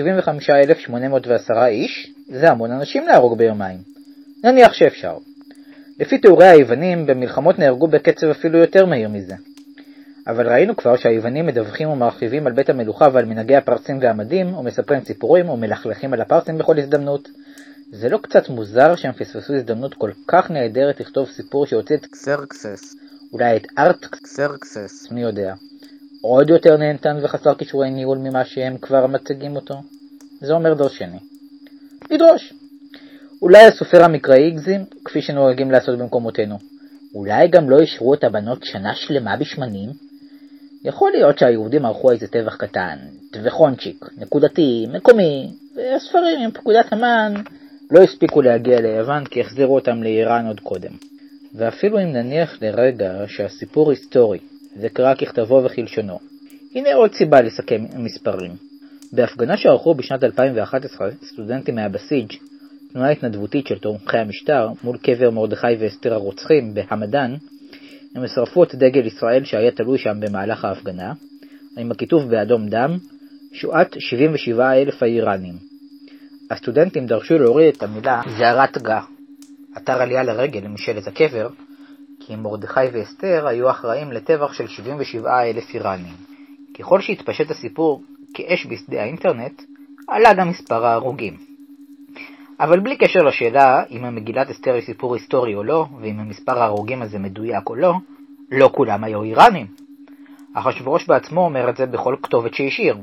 S8: 75,810 איש זה המון אנשים להרוג ביומיים. נניח שאפשר. לפי תיאורי היוונים, במלחמות נהרגו בקצב אפילו יותר מהיר מזה. אבל ראינו כבר שהיוונים מדווחים ומרחיבים על בית המלוכה ועל מנהגי הפרסים והמדים, ומספרים ציפורים ומלכלכים על הפרסים בכל הזדמנות. זה לא קצת מוזר שהם פספסו הזדמנות כל כך נהדרת לכתוב סיפור שהוציא את קסרקסס, אולי את ארטקסרקסס, מי יודע. עוד יותר נהנתן וחסר כישורי ניהול ממה שהם כבר מציגים אותו? זה אומר דרשני. לדרוש. אולי הסופר המקראי הגזים, כפי שנוהגים לעשות במקומותינו. אולי גם לא אישרו את הבנות שנה שלמה בשמנים? יכול להיות שהיהודים ערכו איזה טבח קטן, טבחונצ'יק, נקודתי, מקומי, והספרים עם פקודת המן לא הספיקו להגיע ליוון כי החזירו אותם לאיראן עוד קודם. ואפילו אם נניח לרגע שהסיפור היסטורי, זה קרא ככתבו וכלשונו, הנה עוד סיבה לסכם מספרים. בהפגנה שערכו בשנת 2011 סטודנטים מהבסיג', תנועה התנדבותית של תומכי המשטר, מול קבר מרדכי ואסתר הרוצחים בהמדן, הם שרפו את דגל ישראל שהיה תלוי שם במהלך ההפגנה, עם הכיתוב באדום דם, שואת 77,000 האיראנים. הסטודנטים דרשו להוריד את המילה זערת גה, אתר עלייה לרגל למשאלת הקבר, כי מרדכי ואסתר היו אחראים לטבח של 77,000 איראנים. ככל שהתפשט הסיפור כאש בשדה האינטרנט, עלה גם מספר ההרוגים. אבל בלי קשר לשאלה אם המגילת אסתר היא סיפור היסטורי או לא, ואם המספר ההרוגים הזה מדויק או לא, לא כולם היו איראנים. אחשוורוש בעצמו אומר את זה בכל כתובת שהשאיר,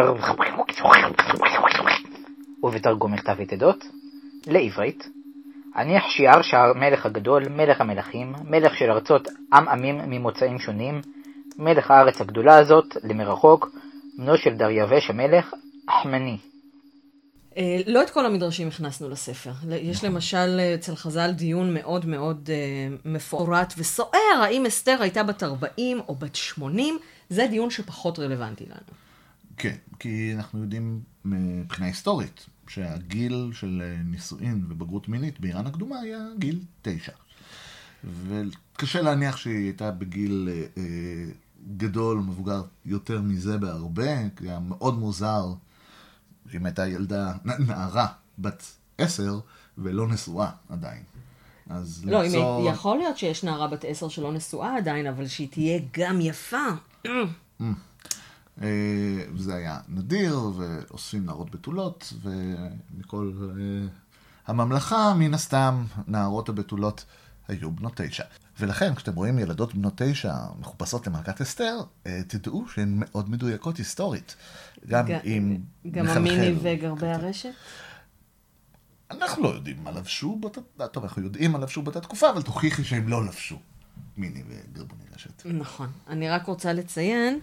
S8: ובתרגום מכתב יתדות, לעברית. הניח שיער שהמלך הגדול, מלך המלכים, מלך של ארצות עמים ממוצאים שונים, מלך הארץ הגדולה הזאת, למרחוק, בנו של דריווש המלך, אחמני.
S2: לא את כל המדרשים הכנסנו לספר. יש למשל אצל חז"ל דיון מאוד מאוד מפורט וסוער, האם אסתר הייתה בת 40 או בת 80, זה דיון שפחות רלוונטי לנו. כן,
S1: כי אנחנו יודעים מבחינה היסטורית, שהגיל של נישואין ובגרות מינית באיראן הקדומה היה גיל 9. וקשה להניח שהיא הייתה בגיל גדול, מבוגר יותר מזה בהרבה, כי היה מאוד מוזר אם הייתה ילדה, נערה, בת 10 ולא נשואה עדיין. אז
S2: לא, למצוא... יכול להיות שיש נערה בת 10 שלא נשואה עדיין, אבל שהיא תהיה גם יפה.
S1: זה היה נדיר, ואוספים נערות בתולות, ומכל הממלכה, מן הסתם, נערות הבתולות היו בנות 9. ולכן, כשאתם רואים ילדות בנות 9 מחופשות למלכת אסתר, תדעו שהן מאוד מדויקות היסטורית. גם אם
S2: גם המיני וגרבי הרשת?
S1: אנחנו לא יודעים מה לבשו טוב, אנחנו יודעים מה לבשו באותה תקופה, אבל תוכיחי שהם לא לבשו מיני וגרבוני רשת.
S2: נכון. אני רק רוצה לציין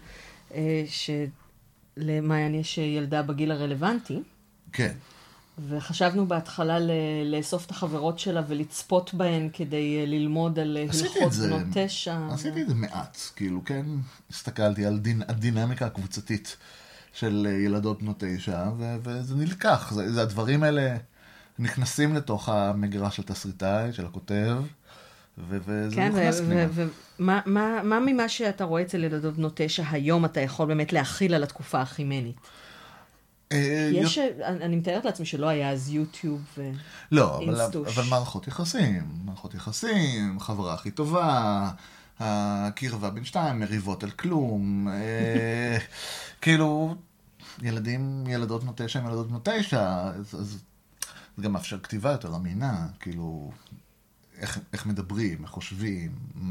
S2: שלמעיין יש ילדה בגיל הרלוונטי.
S1: כן.
S2: וחשבנו בהתחלה לאסוף את החברות שלה ולצפות בהן כדי ללמוד על הלכות בנות 9.
S1: עשיתי את זה מעט, כאילו, כן, הסתכלתי על הדינמיקה הקבוצתית של ילדות בנות 9, וזה נלקח. זה הדברים האלה נכנסים לתוך המגרש של תסריטאי, של הכותב, וזה
S2: כן,
S1: נכנס פנימה.
S2: מה ממה שאתה רואה אצל ילדות בנות 9 היום אתה יכול באמת להכיל על התקופה הכימנית? אני מתארת לעצמי שלא היה אז יוטיוב ואינסטוש.
S1: אבל מערכות יחסים, חברה הכי טובה, הקרבה בין 2, מריבות על כלום, כאילו, ילדות בנות 9 הם ילדות בנות 9, אז זה גם מאפשר כתיבה יותר אמינה, כאילו, איך מדברים, איך חושבים,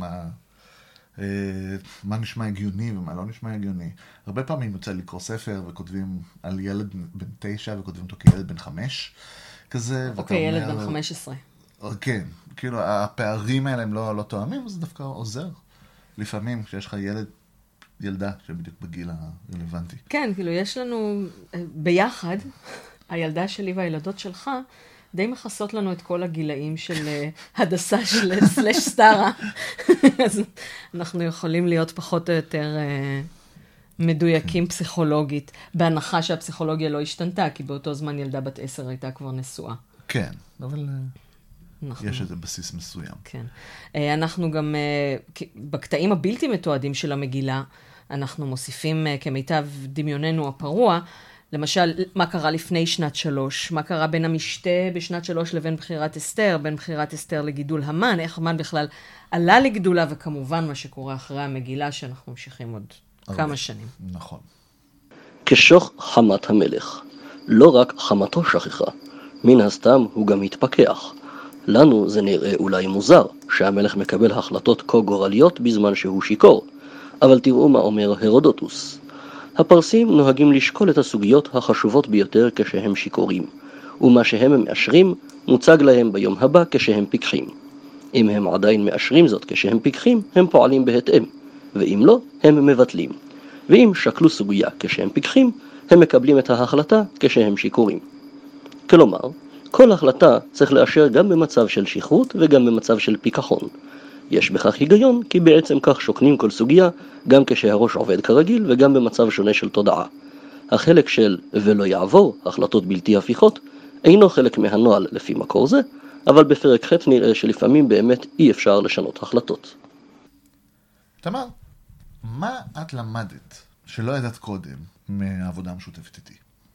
S1: מה נשמע הגיוני ומה לא נשמע הגיוני. הרבה פעמים יוצא לקרוא ספר וכותבים על ילד בן 9 וכותבים אותו כילד בן 5 כזה.
S2: אוקיי, ילד בן 15.
S1: כן, כאילו הפערים האלה הם לא תואמים, אז זה דווקא עוזר. לפעמים כשיש לך ילדה שבדיוק בגיל הרלוונטי.
S2: כן, כאילו יש לנו ביחד, הילדה שלי והילדות שלך, די מכסות לנו את כל הגילאים של הדסה של סלש סטארה. אז אנחנו יכולים להיות פחות או יותר מדויקים פסיכולוגית, בהנחה שהפסיכולוגיה לא השתנתה, כי באותו זמן ילדה בת 10 הייתה כבר נשואה.
S1: כן, אבל יש איזה בסיס מסוים.
S2: כן. אנחנו גם, בקטעים הבלתי מתועדים של המגילה, אנחנו מוסיפים כמיטב דמיוננו הפרוע, למשל, מה קרה לפני שנת 3, מה קרה בין המשתה בשנת 3 לבין בחירת אסתר, בין בחירת אסתר לגידול המן, איך המן בכלל עלה לגדולה, וכמובן מה שקורה אחרי המגילה, שאנחנו ממשיכים עוד כמה שנים.
S1: נכון.
S9: כשוך חמת המלך. לא רק חמתו שכחה, מן הסתם הוא גם התפכח. לנו זה נראה אולי מוזר, שהמלך מקבל החלטות כה גורליות בזמן שהוא שיקור, אבל תראו מה אומר הרודוטוס. הפרסים נוהגים לשקול את הסוגיות החשובות ביותר כשהם שיכורים, ומה שהם מאשרים מוצג להם ביום הבא כשהם פיקחים. אם הם עדיין מאשרים זאת כשהם פיקחים, הם פועלים בהתאם, ואם לא, הם מבטלים. ואם שקלו סוגיה כשהם פיקחים, הם מקבלים את ההחלטה כשהם שיכורים. כלומר, כל החלטה צריך לאשר גם במצב של שכרות וגם במצב של פיקחון. יש בכך היגיון, כי בעצם כך שוקנים כל סוגיה, גם כשהראש עובד כרגיל וגם במצב שונה של תודעה. החלק של ולא יעבור, החלטות בלתי הפיכות, אינו חלק מהנועל לפי מקור זה, אבל בפרק ח' נראה שלפעמים באמת אי אפשר לשנות החלטות.
S1: תמר, מה את למדת שלא ידעת קודם מהעבודה המשותפת איתי?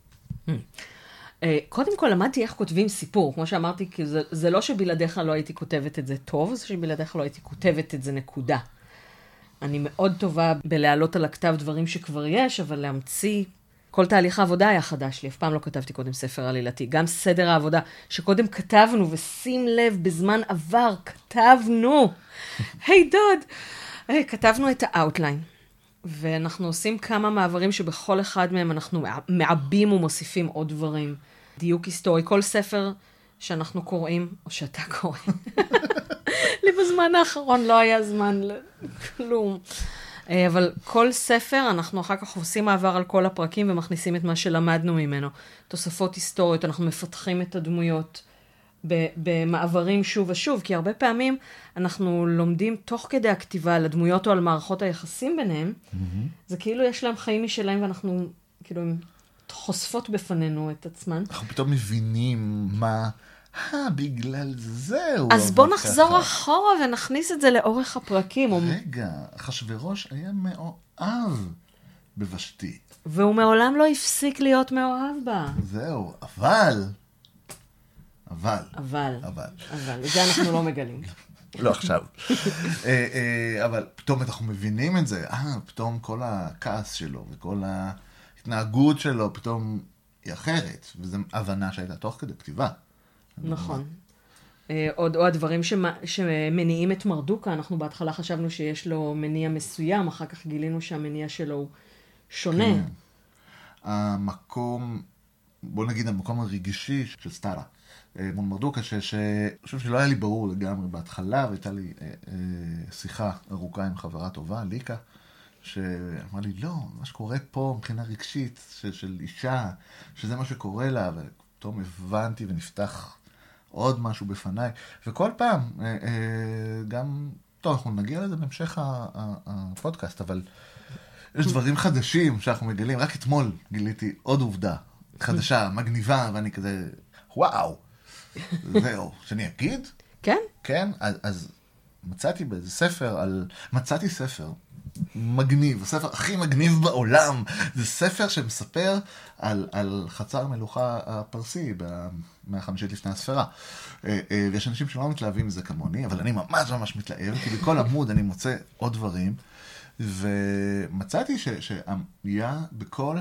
S2: קודם כל למדתי איך כותבים סיפור, כמו שאמרתי, כי זה לא שבלעדיך לא הייתי כותבת את זה טוב, זה שבלעדיך לא הייתי כותבת את זה נקודה. אני מאוד טובה בלהעלות על הכתב דברים שכבר יש, אבל להמציא, כל תהליך העבודה היה חדש לי, אף פעם לא כתבתי קודם ספר עלילתי, גם סדר העבודה שקודם כתבנו, ושים לב, בזמן עבר כתבנו, היי דוד, כתבנו את האוטליין. ואנחנו עושים כמה מעברים שבכל אחד מהם אנחנו מעבים ומוסיפים עוד דברים. דיוק היסטורי, כל ספר שאנחנו קוראים, או שאתה קורא. לי בזמן האחרון לא היה זמן לכלום. אבל כל ספר, אנחנו אחר כך עושים מעבר על כל הפרקים ומכניסים את מה שלמדנו ממנו. תוספות היסטוריות, אנחנו מפתחים את הדמויות במעברים שוב ושוב, כי הרבה פעמים אנחנו לומדים תוך כדי הכתיבה על הדמויות או על מערכות היחסים ביניהם, זה כאילו יש להם חיים משלהם ואנחנו כאילו חושפות בפנינו את עצמן.
S1: אנחנו פתאום מבינים מה, בגלל זה הוא...
S2: אז בוא נחזור אחורה ונכניס את זה לאורך הפרקים.
S1: רגע, אחשוורוש היה מאוהב בוושתי.
S2: והוא מעולם לא הפסיק להיות מאוהב בה.
S1: זהו, אבל,
S2: זה אנחנו לא מגלים.
S1: לא עכשיו. אבל פתאום אנחנו מבינים את זה, פתאום כל הכעס שלו וכל ההתנהגות שלו פתאום היא אחרת, וזו הבנה שהייתה תוך כדי כתיבה.
S2: נכון. או הדברים שמניעים את מרדוקה, אנחנו בהתחלה חשבנו שיש לו מניע מסוים, אחר כך גילינו שהמניע שלו הוא שונה.
S1: המקום, בוא נגיד המקום הרגשי של סטארה, מול מרדוקה, שאני חושב שלא היה לי ברור לגמרי בהתחלה, והייתה לי שיחה ארוכה עם חברה טובה, ליקה, שאמרה לי, לא, מה שקורה פה מבחינה רגשית של אישה, שזה מה שקורה לה, ופתאום הבנתי ונפתח עוד משהו בפניי, וכל פעם, גם, טוב, אנחנו נגיע לזה בהמשך הפודקאסט, אבל יש דברים חדשים שאנחנו מגלים, רק אתמול גיליתי עוד עובדה חדשה, מגניבה, ואני כזה, וואו, זהו, שאני אגיד?
S2: כן.
S1: כן, אז מצאתי באיזה מצאתי ספר מגניב, הספר הכי מגניב בעולם, זה ספר שמספר על חצר המלוכה הפרסי במאה החמישית לפני הספירה. ויש אנשים שלא מתלהבים מזה כמוני, אבל אני ממש ממש מתלהב, כי בכל עמוד אני מוצא עוד דברים, ומצאתי שהיה בכל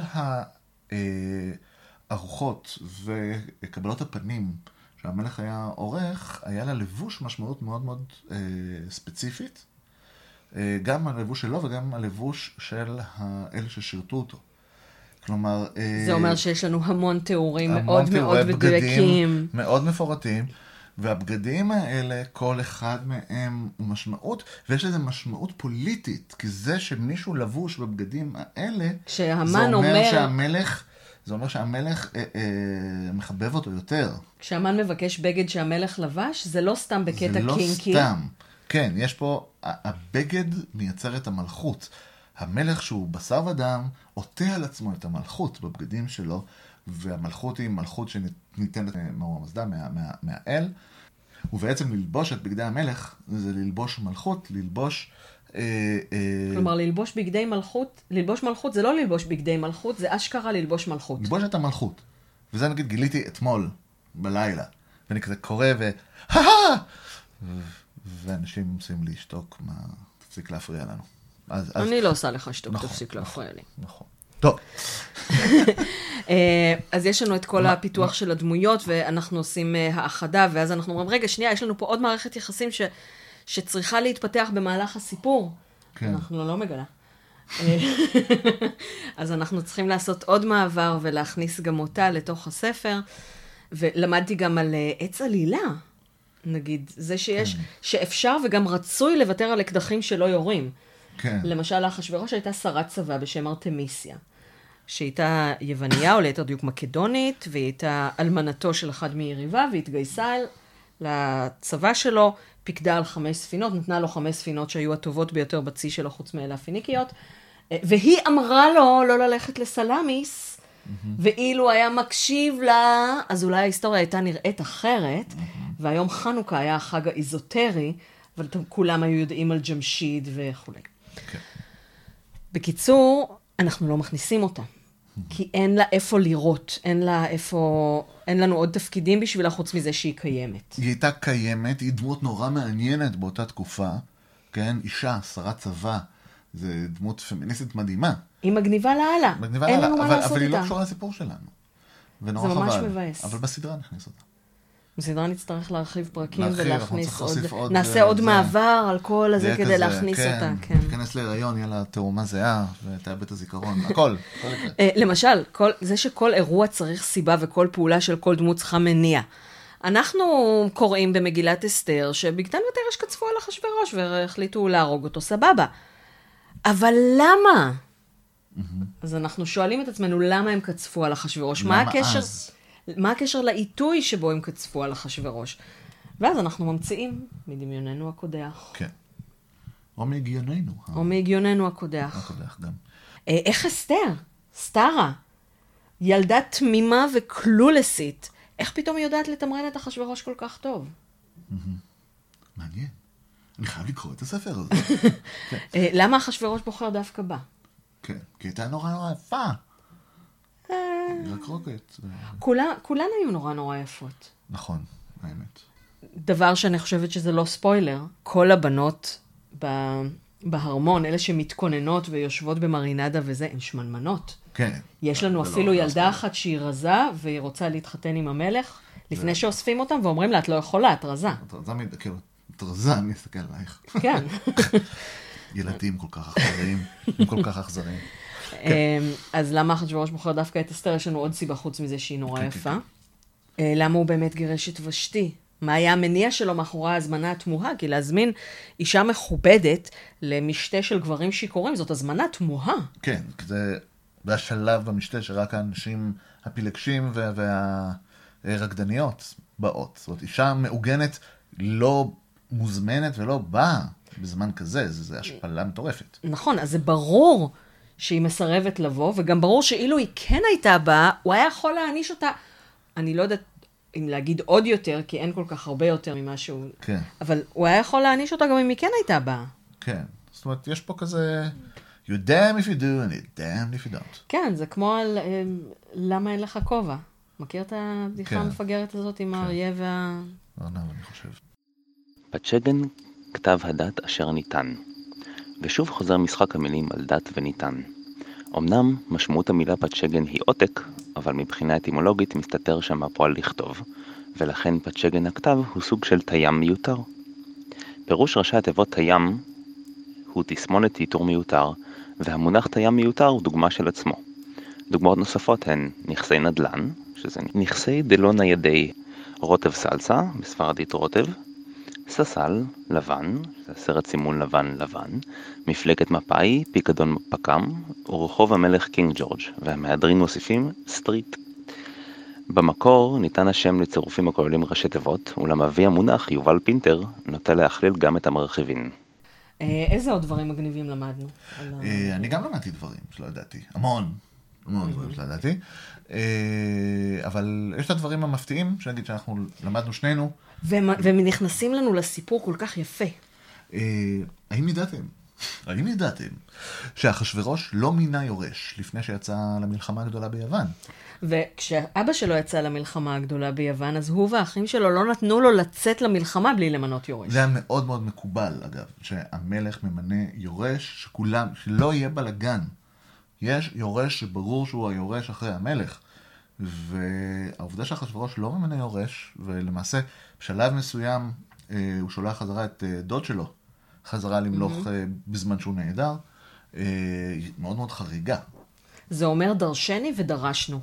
S1: הארוחות וקבלות הפנים שהמלך היה עורך, היה לה לבוש משמעות מאוד מאוד ספציפית, גם הלבוש שלו וגם הלבוש של אלה ששירתו אותו. כלומר,
S2: זה אומר שיש לנו המון תיאורים מאוד מאוד מדויקים.
S1: מאוד מפורטים, והבגדים האלה, כל אחד מהם הוא משמעות, ויש לזה משמעות פוליטית, כי זה שמישהו לבוש בבגדים האלה, זה אומר שהמלך מחבב אותו יותר.
S2: כשהמן מבקש בגד שהמלך לבש, זה לא סתם בקטע קינקי.
S1: זה לא סתם. כן, יש פה, הבגד מייצר את המלכות. המלך שהוא בשר ודם, עוטה על עצמו את המלכות בבגדים שלו, והמלכות היא מלכות שניתנת מאור המזדה, מהאל, ובעצם ללבוש את בגדי המלך, זה ללבוש מלכות, ללבוש...
S2: כלומר, ללבוש בגדי מלכות, ללבוש מלכות זה לא ללבוש בגדי מלכות, זה אשכרה ללבוש מלכות.
S1: ללבוש את המלכות. וזה נגיד גיליתי אתמול, בלילה, ואני כזה קורא ואנשים עושים לי שתוק, מה תפסיק להפריע לנו.
S2: אני לא עושה לך שתוק, תפסיק להפריע לי.
S1: נכון. טוב.
S2: אז יש לנו את כל הפיתוח של הדמויות, ואנחנו עושים האחדה, ואז אנחנו אומרים, רגע, שנייה, יש לנו פה עוד מערכת יחסים שצריכה להתפתח במהלך הסיפור. אנחנו לא מגלה. אז אנחנו צריכים לעשות עוד מעבר, ולהכניס גם אותה לתוך הספר, ולמדתי גם על עץ עלילה. נגיד, זה שיש, שאפשר וגם רצוי לוותר על אקדחים שלא יורים.
S1: כן.
S2: למשל, אחשוורוש הייתה שרת צבא בשם ארתמיסיה, שהייתה יווניה, או ליתר דיוק מקדונית, והיא הייתה אלמנתו של אחד מיריבה, והתגייסה לצבא שלו, פיקדה על 5 ספינות, נתנה לו 5 ספינות שהיו הטובות ביותר בצי שלו, חוץ מאלה הפיניקיות, והיא אמרה לו לא ללכת לסלאמיס, ואילו היה מקשיב לה, אז אולי ההיסטוריה הייתה נראית אחרת, והיום חנוכה היה החג האיזוטרי, אבל כולם היו יודעים על ג'משיד וכו'. בקיצור, אנחנו לא מכניסים אותה, כי אין לה איפה לראות, אין לנו עוד תפקידים בשבילה חוץ מזה שהיא קיימת.
S1: היא הייתה קיימת, היא דמות נורא מעניינת באותה תקופה, כן? אישה, שרת צבא, זה דמות פמיניסטית מדהימה.
S2: היא מגניבה לאללה. אין לנו מה לעשות איתה.
S1: אבל היא לא קשורה לסיפור שלנו.
S2: זה ממש מבאס.
S1: אבל בסדרה נכניס אותה.
S2: בסדרה נצטרך להרחיב פרקים ולהכניס עוד, נעשה עוד מעבר על כל הזה כדי להכניס אותה.
S1: כן, תיכנס להיריון, יהיה לה תאומה זהה, ותאבד הזיכרון, הכל.
S2: למשל, זה שכל אירוע צריך סיבה וכל פעולה של כל דמות צריכה מניע. אנחנו קוראים במגילת אסתר שבגתן ותרש קצפו על אחשוורוש והחליטו להרוג אותו, סבבה. אבל למה? אז אנחנו שואלים את עצמנו למה הם קצפו על אחשוורוש, מה הקשר לעיתוי שבו הם קצפו על אחשוורוש? ואז אנחנו ממציאים מדמיוננו הקודח.
S1: כן. או מהגיוננו.
S2: או מהגיוננו הקודח.
S1: הקודח גם.
S2: איך אסתר? סטארה. ילדה תמימה וקלולסית. איך פתאום היא יודעת לתמרן את אחשוורוש כל כך טוב?
S1: מעניין. אני חייב לקרוא את הספר הזה.
S2: למה אחשוורוש בוחר דווקא בה?
S1: כן, כי הייתה נורא נורא יפה. רקרוקת.
S2: כולן היו נורא נורא יפות.
S1: נכון, האמת.
S2: דבר שאני חושבת שזה לא ספוילר, כל הבנות בהרמון, אלה שמתכוננות ויושבות במרינדה וזה, הן שמנמנות.
S1: כן.
S2: יש לנו אפילו ילדה אחת שהיא רזה, והיא רוצה להתחתן עם המלך, לפני שאוספים אותם ואומרים לה, את לא יכולה, את רזה.
S1: את רזה, אני אסתכל עלייך.
S2: כן.
S1: ילדים כל כך אכזריים, הם כל כך אכזריים.
S2: אז למה אחשוורוש בוחר דווקא את אסתר? יש לנו עוד סיבה חוץ מזה שהיא נורא יפה. למה הוא באמת גירש את ושתי? מה היה המניע שלו מאחורי ההזמנה התמוהה? כי להזמין אישה מכובדת למשתה של גברים שיכורים, זאת הזמנה תמוהה.
S1: כן, זה בשלב במשתה שרק האנשים הפילגשים והרקדניות באות. זאת אומרת, אישה מעוגנת לא מוזמנת ולא באה בזמן כזה, זה השפלה מטורפת.
S2: נכון, אז זה ברור שהיא מסרבת לבוא, וגם ברור שאילו היא כן הייתה באה, הוא היה יכול להעניש אותה, אני לא יודעת אם להגיד עוד יותר, כי אין כל כך הרבה יותר ממה שהוא...
S1: כן.
S2: אבל הוא היה יכול להעניש אותה גם אם היא כן הייתה באה.
S1: כן, זאת אומרת, יש פה כזה... You damn if you do and you damn if you don't.
S2: כן, זה כמו על למה אין לך כובע. מכיר את הבדיחה המפגרת הזאת עם האריה
S1: ארנב, אני חושב.
S10: פצ'גן, כתב הדת אשר ניתן. ושוב חוזר משחק המילים על דת וניתן. אמנם משמעות המילה פצ'גן היא עותק, אבל מבחינה אטימולוגית מסתתר שם הפועל לכתוב, ולכן פצ'גן הכתב הוא סוג של תיים מיותר. פירוש ראשי התיבות תיים הוא תסמונת איתור מיותר, והמונח תיים מיותר הוא דוגמה של עצמו. דוגמאות נוספות הן נכסי נדל"ן, שזה נכסי דלא ניידי רוטב סלסה, בספרדית רוטב, ססל, לבן, זה סרט סימון לבן לבן, מפלגת מפאי, פיקדון פקם, ורחוב המלך קינג ג'ורג', והמהדרין מוסיפים סטריט. במקור ניתן השם לצירופים הכוללים ראשי תיבות, אולם אבי המונח יובל פינטר נוטה להכליל גם את המרחיבים.
S2: איזה עוד דברים מגניבים למדנו?
S1: אני גם למדתי דברים שלא ידעתי, המון דברים שלא ידעתי, אבל יש את הדברים המפתיעים, שנגיד שאנחנו למדנו שנינו.
S2: והם נכנסים לנו לסיפור כל כך יפה.
S1: האם ידעתם שאחשוורוש לא מינה יורש לפני שיצא למלחמה הגדולה ביוון?
S2: וכשאבא שלו יצא למלחמה הגדולה ביוון, אז הוא והאחים שלו לא נתנו לו לצאת למלחמה בלי למנות יורש.
S1: זה היה מאוד מאוד מקובל, אגב, שהמלך ממנה יורש שלא יהיה בלגן. יש יורש שברור שהוא היורש אחרי המלך. והעובדה שאחשוורוש לא ממנה יורש, ולמעשה בשלב מסוים הוא שולח חזרה את דוד שלו, חזרה למלוך בזמן שהוא נהדר, מאוד מאוד חריגה.
S2: זה אומר דרשני ודרשנו.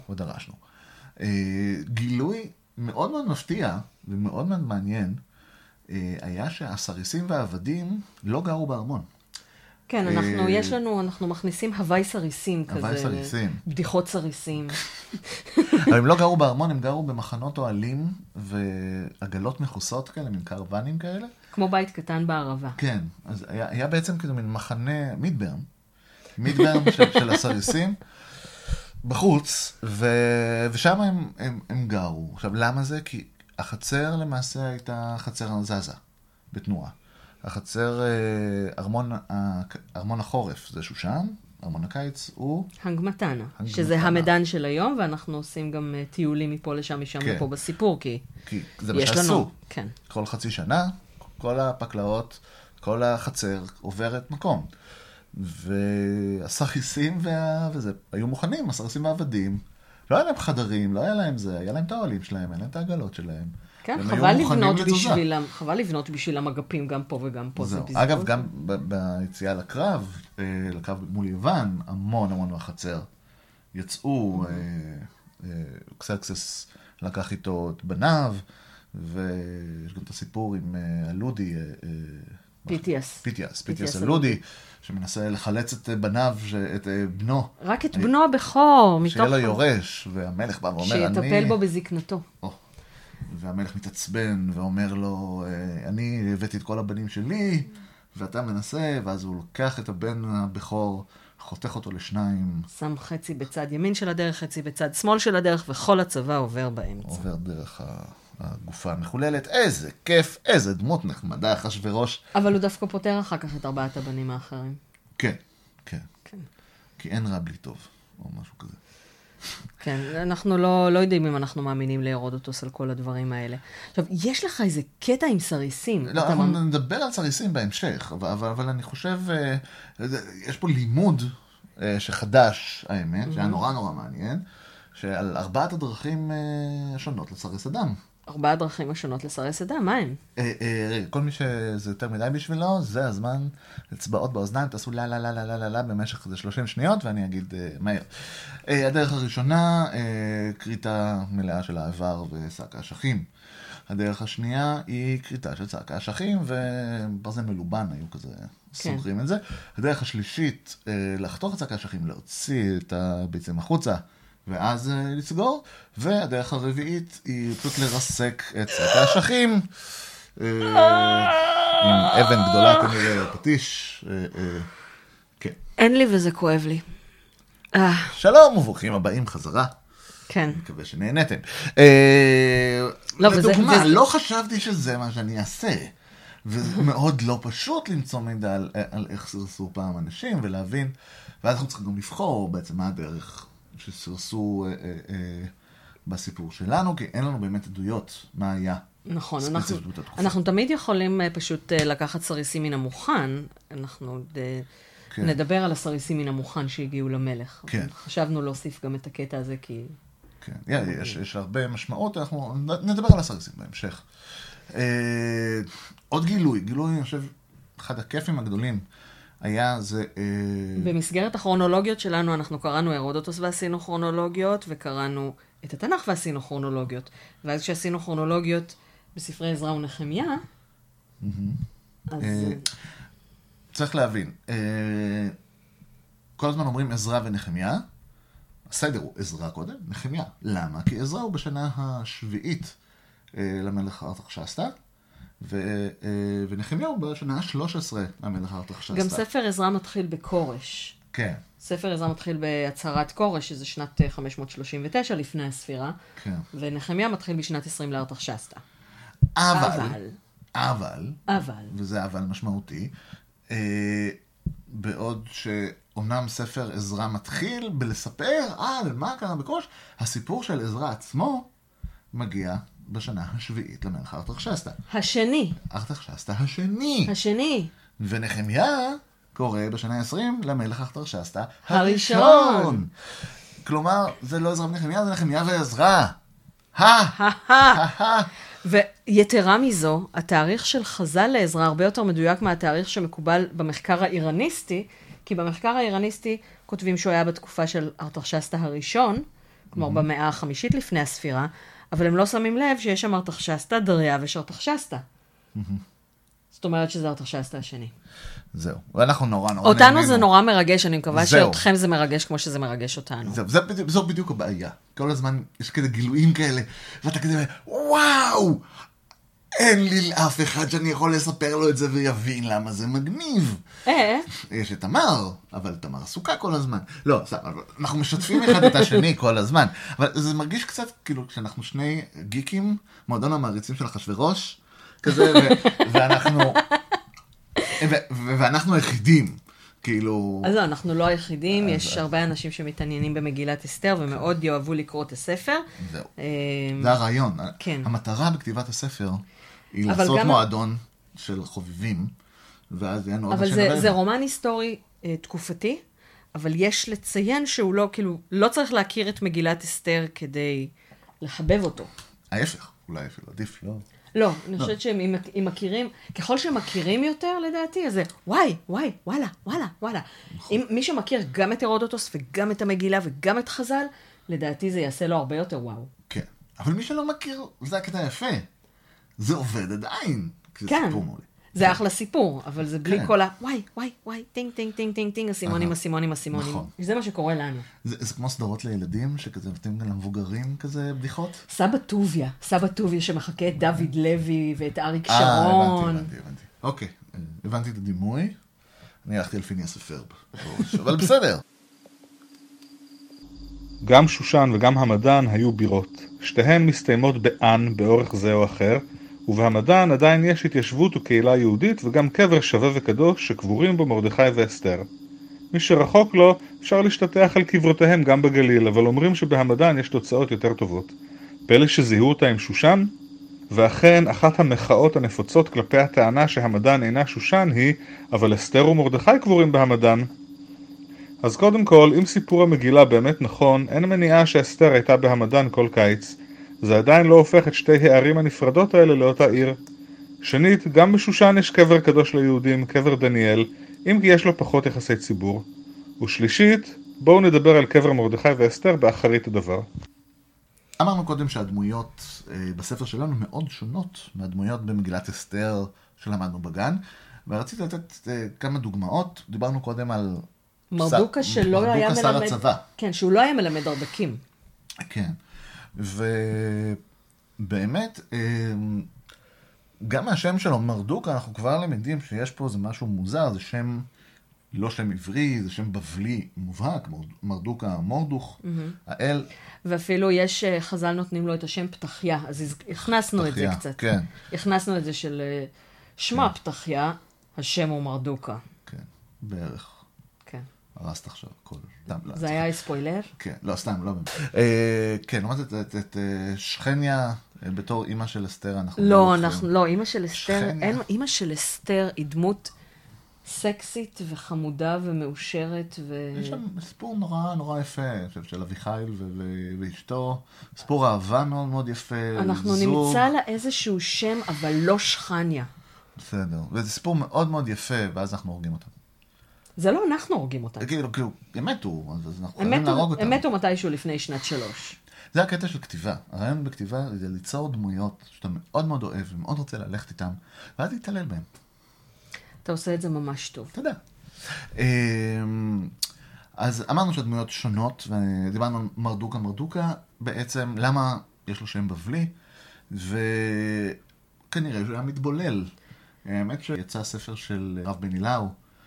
S1: גילוי מאוד מאוד מפתיע ומאוד מאוד מעניין, היה שהסריסים והעבדים לא גרו בארמון.
S2: כן, אנחנו מכניסים הווי סריסים כזה, בדיחות סריסים.
S1: אבל הם לא גרו בארמון, הם גרו במחנות אוהלים ועגלות מכוסות כאלה, מין קרוונים כאלה.
S2: כמו בית קטן בערבה.
S1: כן, אז היה בעצם כאילו מין מחנה מידברן של הסריסים בחוץ, ושם הם גרו. עכשיו, למה זה? כי החצר למעשה הייתה חצר זזה, בתנועה. החצר, ארמון החורף זה שושן, ארמון הקיץ הוא...
S2: הנגמתנה, שזה המדן של היום, ואנחנו עושים גם טיולים מפה לשם, משם ופה בסיפור, כי
S1: זה מה שעשו.
S2: כן.
S1: כל חצי שנה, כל הפקלאות, כל החצר עוברת מקום. והסריסים וזה, היו מוכנים, הסריסים והעבדים, לא היה להם חדרים, לא היה להם זה, היה להם את האוהלים שלהם, היה להם את העגלות שלהם.
S2: כן, חבל לבנות בשבילם אגפים גם פה וגם פה.
S1: אגב, גם ביציאה לקרב מול יוון, המון מהחצר יצאו, קסקסס לקח איתו את בניו, ויש גם את הסיפור עם אלודי, פיטיאס אלודי, שמנסה לחלץ את בניו, את בנו.
S2: רק את בנו הבכור.
S1: שיהיה לו יורש, והמלך בא ואומר,
S2: שיטפל בו בזקנתו.
S1: והמלך מתעצבן ואומר לו, אני הבאתי את כל הבנים שלי, ואתה מנסה, ואז הוא לוקח את הבן הבכור, חותך אותו לשניים.
S2: שם חצי בצד ימין של הדרך, חצי בצד שמאל של הדרך, וכל הצבא עובר באמצע.
S1: עובר דרך הגופה המחוללת. איזה כיף, איזה דמות נחמדה, אחשוורוש.
S2: אבל הוא דווקא פותר אחר כך את 4 הבנים האחרים.
S1: כן. כי אין רע בלי טוב, או משהו כזה.
S2: כן, אנחנו לא יודעים אם אנחנו מאמינים להרודוטוס על כל הדברים האלה. עכשיו, יש לך איזה קטע עם סריסים.
S1: לא, אנחנו נדבר על סריסים בהמשך, אבל אני חושב, יש פה לימוד שחדש, האמת, שהיה נורא נורא מעניין, שעל 4 הדרכים השונות לסרס אדם.
S2: 4 הדרכים השונות לסרס אדם, מה הם?
S1: כל מי שזה יותר מדי בשבילו, זה הזמן אצבעות באוזניים, תעשו לה לה לה לה לה לה לה במשך 30 שניות, ואני אגיד מהר. הדרך הראשונה, קריטה מלאה של האיבר ושק האשכים. הדרך השנייה היא קריטה של שק האשכים, וברזל מלובן היו כזה סוגרים את זה. הדרך השלישית, לחתוך את שק האשכים, להוציא את הביצים החוצה, ואז לסגור, והדרך הרביעית היא פשוט לרסק את שק האשכים, עם אבן גדולה כנראה, פטיש, כן.
S2: אין לי וזה כואב לי.
S1: שלום וברוכים הבאים חזרה.
S2: כן.
S1: אני מקווה שנהנתם. לדוגמה, לא חשבתי שזה מה שאני אעשה, וזה מאוד לא פשוט למצוא מידע על איך סרסו פעם אנשים ולהבין, ואז אנחנו צריכים גם לבחור בעצם מה הדרך שסרסו בסיפור שלנו, כי אין לנו באמת עדויות מה היה.
S2: נכון, אנחנו תמיד יכולים פשוט לקחת סריסים מן המוכן, אנחנו נדבר על הסריסים מן המוכן שהגיעו למלך.
S1: כן.
S2: חשבנו להוסיף גם את הקטע הזה כי...
S1: כן, יש הרבה משמעות, אנחנו נדבר על הסריסים בהמשך. עוד גילוי, אני חושב, אחד הכיפים הגדולים היה זה...
S2: במסגרת הכרונולוגיות שלנו אנחנו קראנו הרודוטוס ועשינו כרונולוגיות, וקראנו את התנ"ך ועשינו כרונולוגיות. ואז כשעשינו כרונולוגיות בספרי עזרא ונחמיה, אז...
S1: צריך להבין, כל הזמן אומרים עזרא ונחמיה, הסדר הוא עזרא קודם, נחמיה. למה? כי עזרא הוא בשנה השביעית למלך ארתחשסתא, ונחמיה הוא בשנה ה-13 למלך ארתחשסתא.
S2: גם ספר עזרא מתחיל בקורש.
S1: כן.
S2: ספר עזרא מתחיל בהצהרת קורש, שזה שנת 539 לפני הספירה,
S1: כן.
S2: ונחמיה מתחיל בשנת 20 לארתחשסתא.
S1: אבל, וזה אבל משמעותי, בעוד שאומנם ספר עזרא מתחיל בלספר על מה קרה בקורש, הסיפור של עזרא עצמו מגיע בשנה השביעית למלך ארתחשסתא.
S2: השני.
S1: ארתחשסתא השני. ונחמיה קורה בשנה 20 למלך ארתחשסתא הראשון. כלומר, זה לא עזרא ונחמיה, זה נחמיה ועזרא.
S2: ויתרה מזו, התאריך של חז"ל לעזרא הרבה יותר מדויק מהתאריך שמקובל במחקר האיראניסטי, כי במחקר האיראניסטי כותבים שהוא היה בתקופה של ארתחשסתא הראשון, כלומר במאה החמישית לפני הספירה, אבל הם לא שמים לב שיש שם ארתחשסתא, דריווש ארתחשסתא. זאת אומרת שזה ארתחשסתא השני.
S1: זהו, ואנחנו נורא
S2: אותנו זה נורא מרגש, אני מקווה שאותכם זה מרגש כמו שזה מרגש אותנו.
S1: זו בדיוק הבעיה. כל הזמן יש כזה גילויים כאלה, ואתה כזה, וואו! אין לי אף אחד שאני יכול לספר לו את זה ויבין למה זה מגניב. יש את תמר, אבל תמר עסוקה כל הזמן. לא, אנחנו משתפים אחד את השני כל הזמן. אבל זה מרגיש קצת כאילו כשאנחנו שני גיקים, מועדון המעריצים של אחשוורוש, כזה, ואנחנו היחידים. כאילו...
S2: אז לא, אנחנו לא היחידים, יש הרבה אנשים שמתעניינים במגילת אסתר, ומאוד יאהבו לקרוא את הספר.
S1: זהו. זה הרעיון. המטרה בכתיבת הספר היא לעשות מועדון של חובבים, ואז יהיה נורא שנראה.
S2: אבל זה רומן היסטורי תקופתי, אבל יש לציין שהוא לא, כאילו, לא צריך להכיר את מגילת אסתר כדי לחבב אותו.
S1: ההפך, אולי אפילו עדיף, לא...
S2: לא, אני חושבת שהם מכירים, ככל שהם מכירים יותר לדעתי, אז זה וואי, וואלה. אם מי שמכיר גם את הרודוטוס וגם את המגילה וגם את חז"ל, לדעתי זה יעשה לו הרבה יותר וואו.
S1: כן, אבל מי שלא מכיר, זה הקטע יפה. זה עובד עדיין.
S2: כן, זה אחלה סיפור, אבל זה בלי כל וואי, טינג, הסימונים. זה מה שקורה לנו.
S1: זה כמו סדרות לילדים, שכזה נותנים גם למבוגרים כזה בדיחות?
S2: סבא טוביה שמחכה את דוד לוי ואת אריק שרון.
S1: הבנתי. אוקיי, הבנתי את הדימוי. אני הלכתי על פיניאס ופרב, אבל בסדר.
S5: גם שושן וגם המדן היו בירות. שתיהן מסתיימות באן באורך זה או אחר, ובהמדן עדיין יש התיישבות וקהילה יהודית וגם קבר שווה וקדוש שקבורים בו מרדכי ואסתר. מי שרחוק לו, אפשר להשתטח על קברותיהם גם בגליל, אבל אומרים שבהמדן יש תוצאות יותר טובות. פלא שזיהו אותה עם שושן? ואכן, אחת המחאות הנפוצות כלפי הטענה שהמדן אינה שושן היא, אבל אסתר ומרדכי קבורים בהמדן. אז קודם כל, אם סיפור המגילה באמת נכון, אין מניעה שאסתר הייתה בהמדן כל קיץ. זה עדיין לא הופך את שתי הערים הנפרדות האלה לאותה עיר. שנית, גם בשושן יש קבר קדוש ליהודים, קבר דניאל, אם כי יש לו פחות יחסי ציבור. ושלישית, בואו נדבר על קבר מרדכי ואסתר באחרית הדבר.
S1: אמרנו קודם שהדמויות בספר שלנו מאוד שונות מהדמויות במגילת אסתר שלמדנו בגן, ורציתי לתת כמה דוגמאות. דיברנו קודם על
S2: מרדוקה שלא היה מלמד...
S1: שר הצבא.
S2: כן, שהוא לא היה מלמד הרדקים.
S1: כן, ובאמת, גם מהשם שלו, מרדוקה, אנחנו כבר למדים שיש פה זה משהו מוזר, זה שם, לא שם עברי, זה שם בבלי מובהק, מרדוקה, מורדוך, האל.
S2: ואפילו יש, חז"ל נותנים לו את השם פתחיה, אז הכנסנו את זה קצת.
S1: כן.
S2: הכנסנו את זה של שמה פתחיה, השם הוא מרדוקה.
S1: כן, בערך.
S2: כן.
S1: הרסת עכשיו הכל.
S2: זה היה ספוילר?
S1: כן, לא, סתם, לא באמת. כן, אומרת את שכניה בתור אמא של אסתר, אנחנו
S2: לא, אמא של אסתר, אמא של אסתר היא דמות סקסית וחמודה ומאושרת.
S1: יש שם סיפור נורא נורא יפה, אני חושב, של אביחיל ואשתו, סיפור אהבה מאוד מאוד יפה.
S2: אנחנו נמצא לה איזשהו שם, אבל לא שכניה.
S1: בסדר, וזה סיפור מאוד מאוד יפה, ואז אנחנו הורגים אותם.
S2: זה לא אנחנו הורגים אותם.
S1: כאילו, הם מתו, אז אנחנו חייבים להרוג אותם.
S2: הם מתו מתישהו לפני שנת 3.
S1: זה הקטע של כתיבה. הרעיון בכתיבה זה ליצור דמויות שאתה מאוד מאוד אוהב ומאוד רוצה ללכת איתם, ואז להתעלל בהם.
S2: אתה עושה את זה ממש טוב.
S1: תודה. אז אמרנו שהדמויות שונות, ודיברנו על מרדוקה, בעצם למה יש לו שם בבלי, וכנראה שהוא היה מתבולל. האמת שיצא ספר של רב בן אילאו,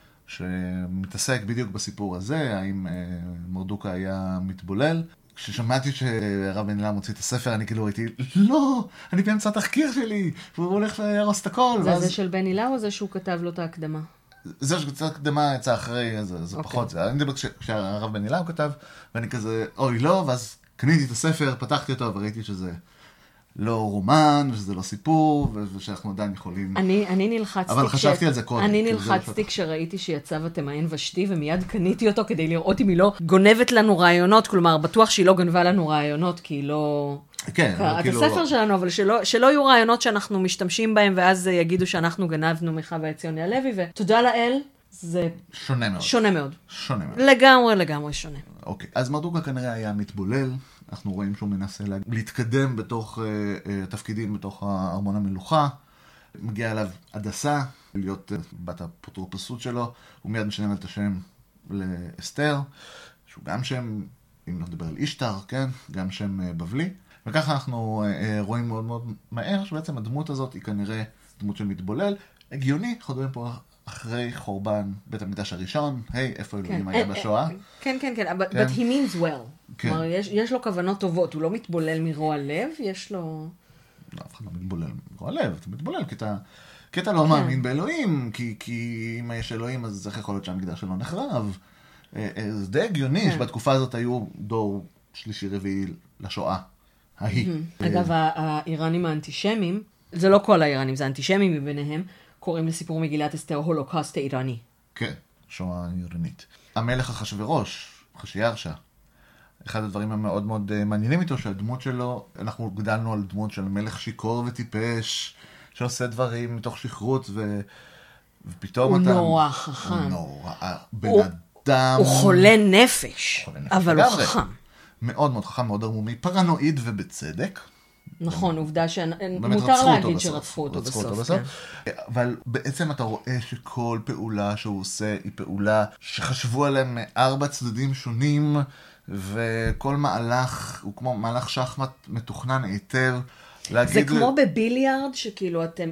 S1: שמתעסק בדיוק בסיפור הזה, האם מרדוקה היה מתבולל. כששמעתי שרב בן אילאו מוציא את הספר, אני כאילו הייתי, לא, אני באמצע התחקיר שלי, והוא הולך להרוס את הכל.
S2: זה זה של בן אילאו או זה שהוא כתב לו את ההקדמה?
S1: זה שכתב הקדמה יצא אחרי, זה פחות זה. אני מדבר כשהרב בן אילאו כתב, ואני כזה, אוי לא, ואז קניתי את הספר, פתחתי אותו, וראיתי שזה לא רומן, ושזה לא סיפור, ושאנחנו עדיין יכולים...
S2: אני נלחצתי...
S1: אבל חשבתי על זה קודם.
S2: אני נלחצתי כשראיתי שיצא ותמאן ושתי, ומיד קניתי אותו כדי לראות אם היא לא גונבת לנו רעיונות, כלומר, בטוח שהיא לא גנבה לנו רעיונות, כי היא לא...
S1: כן, אבל
S2: כאילו... את הספר שלנו, אבל שלא יהיו רעיונות שאנחנו משתמשים בהם, ואז יגידו שאנחנו גנבנו מחווה עציוני הלוי, ותודה לאל, זה...
S1: שונה מאוד.
S2: שונה מאוד.
S1: שונה מאוד.
S2: לגמרי שונה.
S1: אוקיי, אז מרדוקה כנראה היה מתבולל, אנחנו רואים שהוא מנסה להתקדם בתוך תפקידים בתוך ארמון המלוכה, מגיע אליו הדסה, להיות בת האפוטרופסות שלו, הוא מיד משנה את השם לאסתר, שהוא גם שם, אם נדבר על אישתר, כן? גם שם בבלי, וככה אנחנו רואים מאוד מאוד מהר שבעצם הדמות הזאת היא כנראה דמות של מתבולל, הגיוני, אנחנו מדברים פה אחרי חורבן בית המקדש הראשון, איפה אלוהים היה בשואה?
S2: כן, but he means well. כלומר, יש לו כוונות טובות, הוא לא מתבולל מרוע לב, יש לו...
S1: לא, אף אחד לא מתבולל מרוע לב, אתה מתבולל כי אתה לא מאמין באלוהים, כי אם יש אלוהים אז איך יכול להיות שהמקדש שלו נחרב. זה די הגיוני שבתקופה הזאת היו דור שלישי רביעי לשואה ההיא.
S2: אגב, האיראנים האנטישמים, זה לא כל האיראנים, זה האנטישמים מביניהם, קוראים לסיפור מגילת אסתר הולוקאסט האיראני.
S1: כן, שואה איראנית. המלך אחשוורוש, חשיירשה, אחד הדברים המאוד מאוד מעניינים איתו, שהדמות שלו, אנחנו גדלנו על דמות של מלך שיקור וטיפש, שעושה דברים מתוך שכרות, ופתאום אתה...
S2: הוא נורא חכם.
S1: הוא נורא, בן אדם...
S2: הוא חולה נפש, אבל הוא חכם.
S1: מאוד מאוד חכם, מאוד ערמומי, פרנואיד ובצדק.
S2: נכון, עובדה שמותר להגיד שרצחו אותו בסוף.
S1: אבל בעצם אתה רואה שכל פעולה שהוא עושה היא פעולה שחשבו עליהם 4 צדדים שונים, וכל מהלך הוא כמו מהלך שחמט מתוכנן היטב.
S2: זה כמו בביליארד, שכאילו אתם,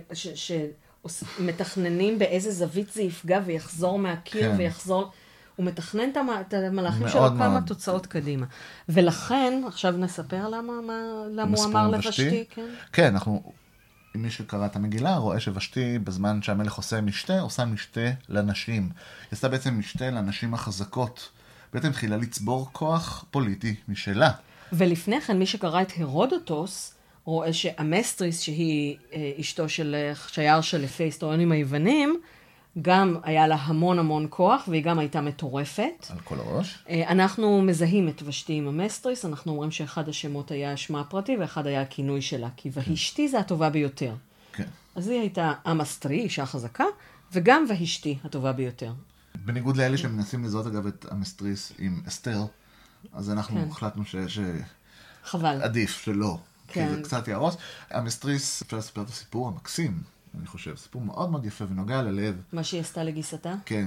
S2: שמתכננים באיזה זווית זה יפגע ויחזור מהקיר ויחזור... הוא מתכנן את המהלכים שלו כמה תוצאות קדימה. ולכן, עכשיו נספר למה הוא אמר לבשתי, כן?
S1: כן, אנחנו מי שקרא את המגילה רואה שוושתי בזמן שהמלך עושה משתה, עושה משתה לנשים. היא עשתה בעצם משתה לנשים החזקות. בעצם התחילה לצבור כוח פוליטי משלה.
S2: ולפני כן, מי שקרא את הרודוטוס, רואה שהמסטריס, שהיא אשתו של שייר שלפי היסטוריונים היוונים, גם היה לה המון המון כוח, והיא גם הייתה מטורפת.
S1: על כל הראש.
S2: אנחנו מזהים את ושתי עם המסטריס, אנחנו אומרים שאחד השמות היה שמה הפרטי, ואחד היה הכינוי שלה, כי והשתי זה הטובה ביותר.
S1: כן.
S2: אז היא הייתה המסטרי, אישה חזקה, וגם והשתי הטובה ביותר.
S1: בניגוד לאלה שמנסים לזהות אגב את המסטריס עם אסתר, אז אנחנו
S2: כן.
S1: החלטנו
S2: חבל.
S1: עדיף שלא.
S2: כן.
S1: כי זה קצת יהרוס. המסטריס, אפשר לספר את הסיפור המקסים, אני חושב. סיפור מאוד מאוד יפה ונוגע ללב.
S2: מה שהיא עשתה לגיסתה?
S1: כן.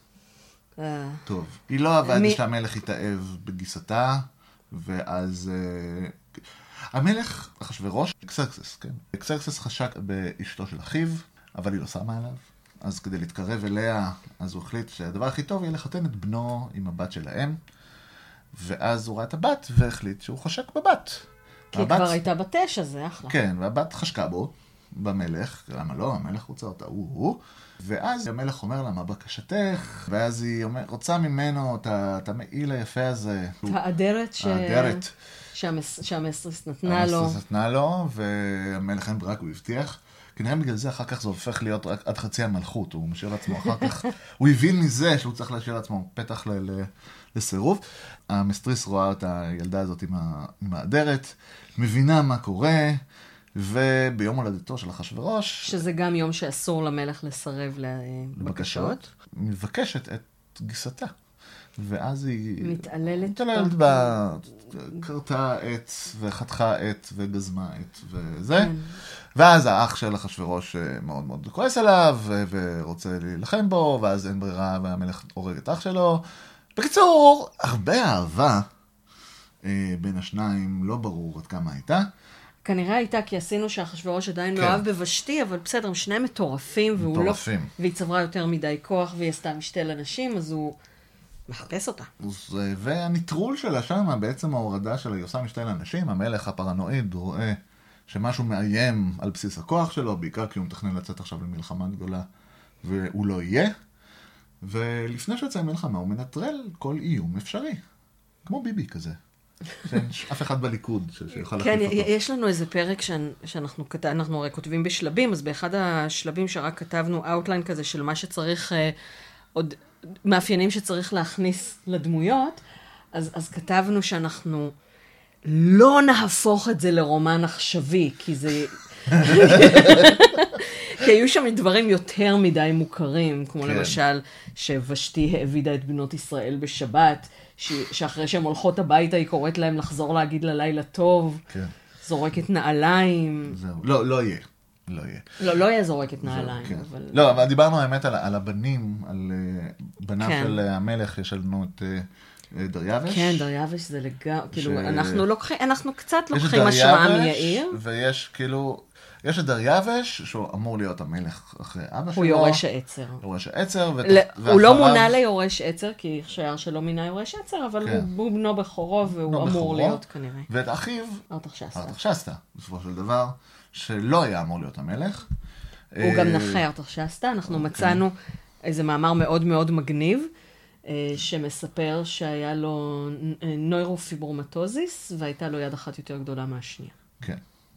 S1: טוב. היא לא אהבה את שהמלך התאהב בגיסתה, ואז המלך, אחשוורוש, אקסרקסס, כן? אקסרקסס חשק באשתו של אחיו, אבל היא לא שמה עליו. אז כדי להתקרב אליה, אז הוא החליט שהדבר הכי טוב יהיה לחתן את בנו עם הבת שלהם, ואז הוא ראה את הבת והחליט שהוא חשק בבת.
S2: כי היא כבר הייתה בת 9, זה אחלה.
S1: כן, והבת חשקה בו, במלך, למה לא? המלך רוצה אותה, ואז המלך אומר לה, מה בקשתך? ואז היא רוצה ממנו את המעיל היפה הזה.
S2: את האדרת שהמסטריס נתנה לו.
S1: המסטריס נתנה לו, והמלך אין ברק, הוא הבטיח. כנראה בגלל זה אחר כך זה הופך להיות רק עד חצי המלכות, הוא משאיר לעצמו אחר כך, הוא הבין מזה שהוא צריך להשאיר לעצמו פתח לסירוב. המסטריס רואה את הילדה הזאת עם האדרת, מבינה מה קורה, וביום הולדתו של אחשוורוש,
S2: שזה גם יום שאסור למלך לסרב לבקשות,
S1: מבקשת את גיסתה. ואז היא
S2: מתעללת
S1: בה, קרתה עץ וחתכה עץ וגזמה עץ וזה. כן. ואז האח של אחשוורוש מאוד מאוד כועס עליו ורוצה להילחם בו, ואז אין ברירה והמלך הורג את אח שלו. בקיצור, הרבה אהבה בין השניים, לא ברור עד כמה הייתה.
S2: כנראה הייתה כי עשינו שאחשוורוש עדיין לא אוהב בוושתי, אבל בסדר, הם שניהם מטורפים, והיא צברה יותר מדי כוח והיא עשתה משתה לנשים, אז הוא מחפש אותה.
S1: והניטרול שלה שם, בעצם ההורדה שלה, היא עושה משתה לאנשים, המלך הפרנואיד רואה שמשהו מאיים על בסיס הכוח שלו, בעיקר כי הוא מתכנן לצאת עכשיו למלחמה גדולה, והוא לא יהיה. ולפני שיוצא המלחמה הוא מנטרל כל איום אפשרי. כמו ביבי כזה. אף אחד בליכוד שיוכל להחליף אותו.
S2: כן, יש לנו איזה פרק שאנחנו הרי כותבים בשלבים, אז באחד השלבים שרק כתבנו אאוטליין כזה של מה שצריך, עוד מאפיינים שצריך להכניס לדמויות, אז כתבנו שאנחנו לא נהפוך את זה לרומן עכשווי, כי זה... כי היו שם דברים יותר מדי מוכרים, כמו למשל שוושתי העבידה את בנות ישראל בשבת, שאחרי שהן הולכות הביתה היא קוראת להם לחזור להגיד ללילה טוב, זורקת נעליים.
S1: לא יהיה.
S2: לא יהיה זורקת נעליים.
S1: לא, אבל דיברנו האמת על הבנים, על בניו של המלך, יש לנו את דריווש.
S2: כן, דריווש זה לגמרי, כאילו, אנחנו קצת לוקחים השראה מיאיר.
S1: ויש כאילו... יש את דריווש, שהוא אמור להיות המלך אחרי אבא שלו.
S2: הוא יורש העצר.
S1: יורש העצר,
S2: הוא לא מונה ליורש עצר, כי שייר שלו מינה יורש עצר, אבל הוא בנו בכורו, והוא אמור להיות כנראה.
S1: ואת אחיו,
S2: ארתחשסטה,
S1: בסופו של דבר, שלא היה אמור להיות המלך.
S2: הוא גם נחה ארתחשסטה, אנחנו מצאנו איזה מאמר מאוד מאוד מגניב, שמספר שהיה לו נוירופיברומטוזיס, והייתה לו יד אחת יותר גדולה מהשנייה.
S1: כן.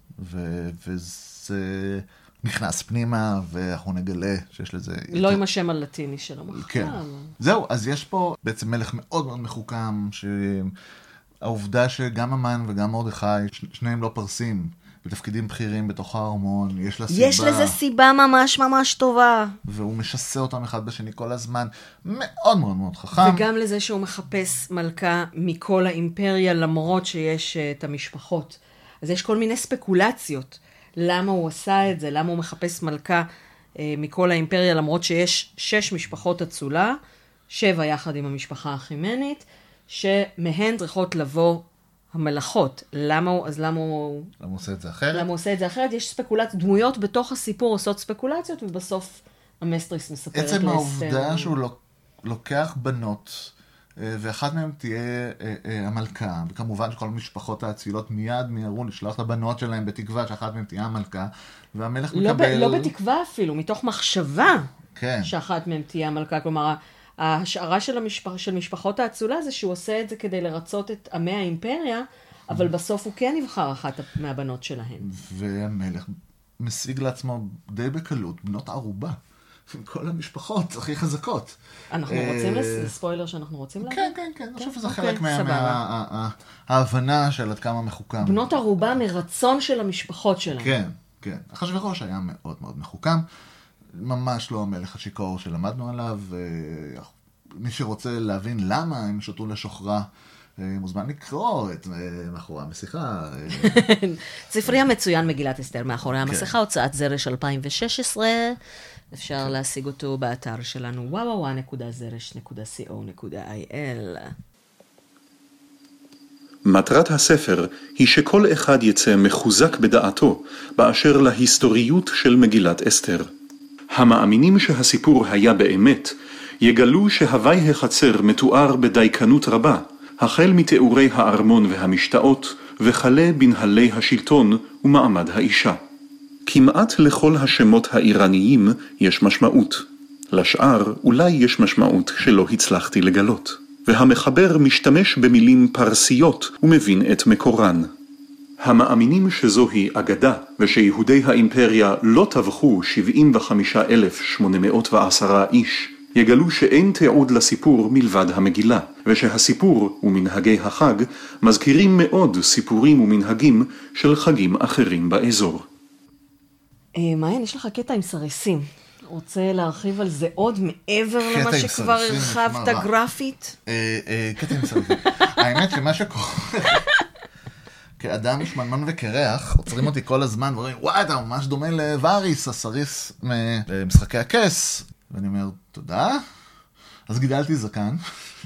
S1: וזה נכנס פנימה, ואנחנו נגלה שיש לזה...
S2: לא עם השם הלטיני של המחקר.
S1: כן. זהו, אז יש פה בעצם מלך מאוד מאוד מחוכם, שהעובדה שגם המן וגם מרדכי, שניהם לא פרסים, בתפקידים בכירים בתוך הארמון, יש לה סיבה.
S2: יש לזה סיבה ממש ממש טובה.
S1: והוא משסה אותם אחד בשני כל הזמן, מאוד מאוד מאוד חכם.
S2: וגם לזה שהוא מחפש מלכה מכל האימפריה, למרות שיש את המשפחות. אז יש כל מיני ספקולציות, למה הוא עשה את זה, למה הוא מחפש מלכה מכל האימפריה, למרות שיש 6 משפחות אצולה, 7 יחד עם המשפחה החימנית, שמהן צריכות לבוא המלאכות. למה הוא
S1: עושה את זה אחרת?
S2: למה הוא עושה את זה אחרת? יש ספקולציות, דמויות בתוך הסיפור עושות ספקולציות, ובסוף המסטריס מספרת לאסתר.
S1: עצם העובדה שהוא לוקח בנות ואחת מהם תהיה המלכה, וכמובן שכל המשפחות האצילות מיד מיהרו לשלוח את הבנות שלהם בתקווה שאחת מהם תהיה המלכה, והמלך מקבל...
S2: לא בתקווה אפילו, מתוך מחשבה
S1: כן.
S2: שאחת מהם תהיה המלכה, כלומר, ההשערה של משפחות האצולה זה שהוא עושה את זה כדי לרצות את עמי האימפריה, אבל בסוף הוא כן נבחר אחת מהבנות שלהם.
S1: והמלך משיג לעצמו די בקלות בנות ערובה. כל המשפחות הכי חזקות.
S2: אנחנו רוצים לספוילר שאנחנו רוצים להגיד?
S1: כן, כן, כן. אני חושב שזה חלק מההבנה של עד כמה מחוכם.
S2: בנות ערובה מרצון של המשפחות שלהם.
S1: כן, כן. אחשוורוש היה מאוד מאוד מחוכם. ממש לא המלך השיקור שלמדנו עליו. מי שרוצה להבין למה הם שותו לשוחרה, מוזמן לקרוא את מאחורי המסיכה.
S2: ספרי המצוין מגילת אסתר מאחורי המסכה, הוצאת זרש 2016. אפשר להשיג אותו באתר שלנו www.zresh.co.il.
S11: מטרת הספר היא שכל אחד יצא מחוזק בדעתו באשר להיסטוריות של מגילת אסתר. המאמינים שהסיפור היה באמת יגלו שהווי החצר מתואר בדייקנות רבה, החל מתיאורי הארמון והמשתאות וכלה בנהלי השלטון ומעמד האישה. כמעט לכל השמות האיראניים יש משמעות. לשאר אולי יש משמעות שלא הצלחתי לגלות. והמחבר משתמש במילים פרסיות ומבין את מקורן. המאמינים שזוהי אגדה ושיהודי האימפריה לא טבחו 75,810 איש, יגלו שאין תיעוד לסיפור מלבד המגילה, ושהסיפור ומנהגי החג מזכירים מאוד סיפורים ומנהגים של חגים אחרים באזור.
S2: מעיין, יש לך קטע עם סריסים. רוצה להרחיב על זה עוד מעבר למה שכבר הרחבת גרפית?
S1: קטע עם סריסים. האמת שמה שקורה... כאדם שמנמן וקרח, עוצרים אותי כל הזמן ואומרים, וואי, אתה ממש דומה לווריס, הסריס ממשחקי הכס. ואני אומר, תודה. אז גידלתי זקן.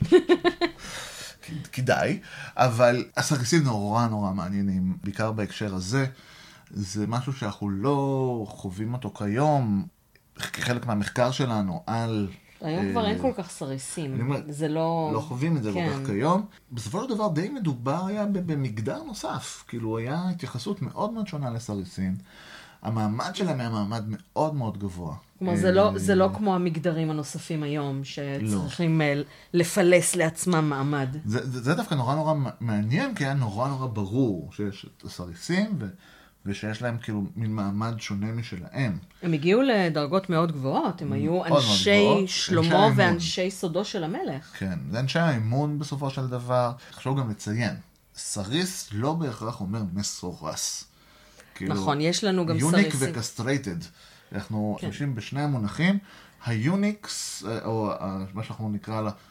S1: כדאי. אבל הסריסים נורא נורא מעניינים, בעיקר בהקשר הזה. זה משהו שאנחנו לא חווים אותו כיום, כחלק מהמחקר שלנו על...
S2: היום כבר אין כל כך סריסים. זה לא...
S1: לא חווים את זה כל כך כיום. בסופו של דבר די מדובר היה במגדר נוסף. כאילו היה התייחסות מאוד מאוד שונה לסריסים. המעמד שלהם היה מעמד מאוד מאוד גבוה.
S2: כלומר, זה לא כמו המגדרים הנוספים היום, שצריכים לפלס לעצמם מעמד.
S1: זה דווקא נורא נורא מעניין, כי היה נורא נורא ברור שיש את הסריסים, ושיש להם כאילו מין מעמד שונה משלהם.
S2: הם הגיעו לדרגות מאוד גבוהות, הם היו אנשי שלמה ואנשי סודו של המלך.
S1: כן, זה אנשי האמון בסופו של דבר. חשוב גם לציין, סריס לא בהכרח אומר מסורס.
S2: נכון, יש לנו גם סריסים.
S1: יוניק וקסטרייטד. אנחנו חושבים בשני המונחים, היוניקס, או מה שאנחנו נקרא לה,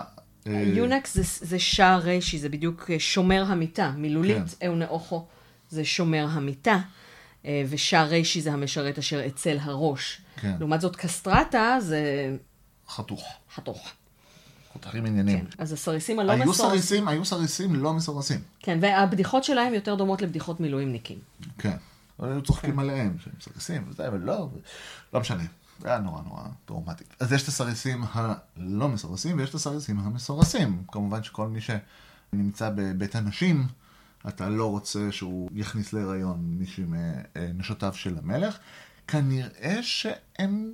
S2: היוניקס זה שער רשי, זה בדיוק שומר המיטה, מילולית אונאוכו. זה שומר המיטה, ושער רשי זה המשרת אשר אצל הראש. כן. לעומת זאת, קסטרטה זה...
S1: חתוך.
S2: חתוך.
S1: חותכים עניינים. כן.
S2: אז הסריסים הלא מסורסים...
S1: היו סריסים לא מסורסים.
S2: כן, והבדיחות שלהם יותר דומות לבדיחות מילואימניקים.
S1: כן. אבל היו צוחקים עליהם, שהם סריסים, וזה, אבל לא משנה. זה היה נורא נורא טראומטי. אז יש את הסריסים הלא מסורסים, ויש את הסריסים המסורסים. כמובן שכל מי שנמצא בבית הנשים, אתה לא רוצה שהוא יכניס להיריון מישהי מנשותיו של המלך. כנראה שהם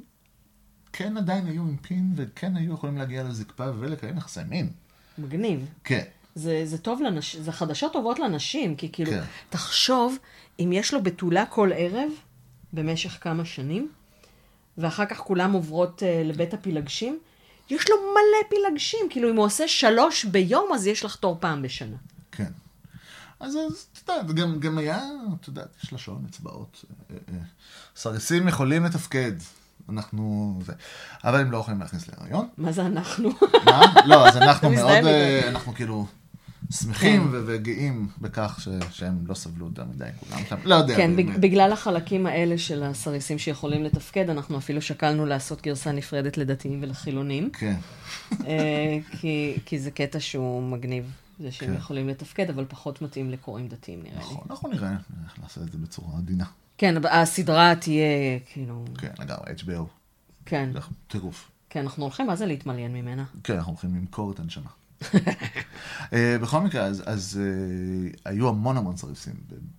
S1: כן עדיין היו עם פין, וכן היו יכולים להגיע לזקפה ולקיים יחסי מין.
S2: מגניב.
S1: כן.
S2: זה טוב לנשים, זה חדשות טובות לנשים, כי כאילו, תחשוב, אם יש לו בתולה כל ערב, במשך כמה שנים, ואחר כך כולם עוברות לבית הפילגשים, יש לו מלא פילגשים, כאילו אם הוא עושה 3 ביום, אז יש לך תור פעם בשנה.
S1: כן. אז אתה יודע, גם היה, אתה יודע, יש לשון, אצבעות. סריסים יכולים לתפקד. אנחנו... אבל הם לא יכולים להכניס להיריון.
S2: מה זה אנחנו?
S1: מה? לא, אז אנחנו מאוד... אנחנו כאילו שמחים וגאים בכך שהם לא סבלו יותר מדי כולם. לא יודע.
S2: כן, בגלל החלקים האלה של הסריסים שיכולים לתפקד, אנחנו אפילו שקלנו לעשות גרסה נפרדת לדתיים ולחילונים.
S1: כן.
S2: כי זה קטע שהוא מגניב. זה שהם יכולים לתפקד, אבל פחות מתאים לקוראים דתיים, נראה לי.
S1: נכון, אנחנו נראה איך לעשות את זה בצורה עדינה.
S2: כן, הסדרה תהיה, כאילו...
S1: כן, לגמרי, HBO.
S2: כן.
S1: טירוף.
S2: כן, אנחנו הולכים, מה זה להתמליין ממנה?
S1: כן, אנחנו הולכים למכור את הנשמה. בכל מקרה, אז היו המון סריסים.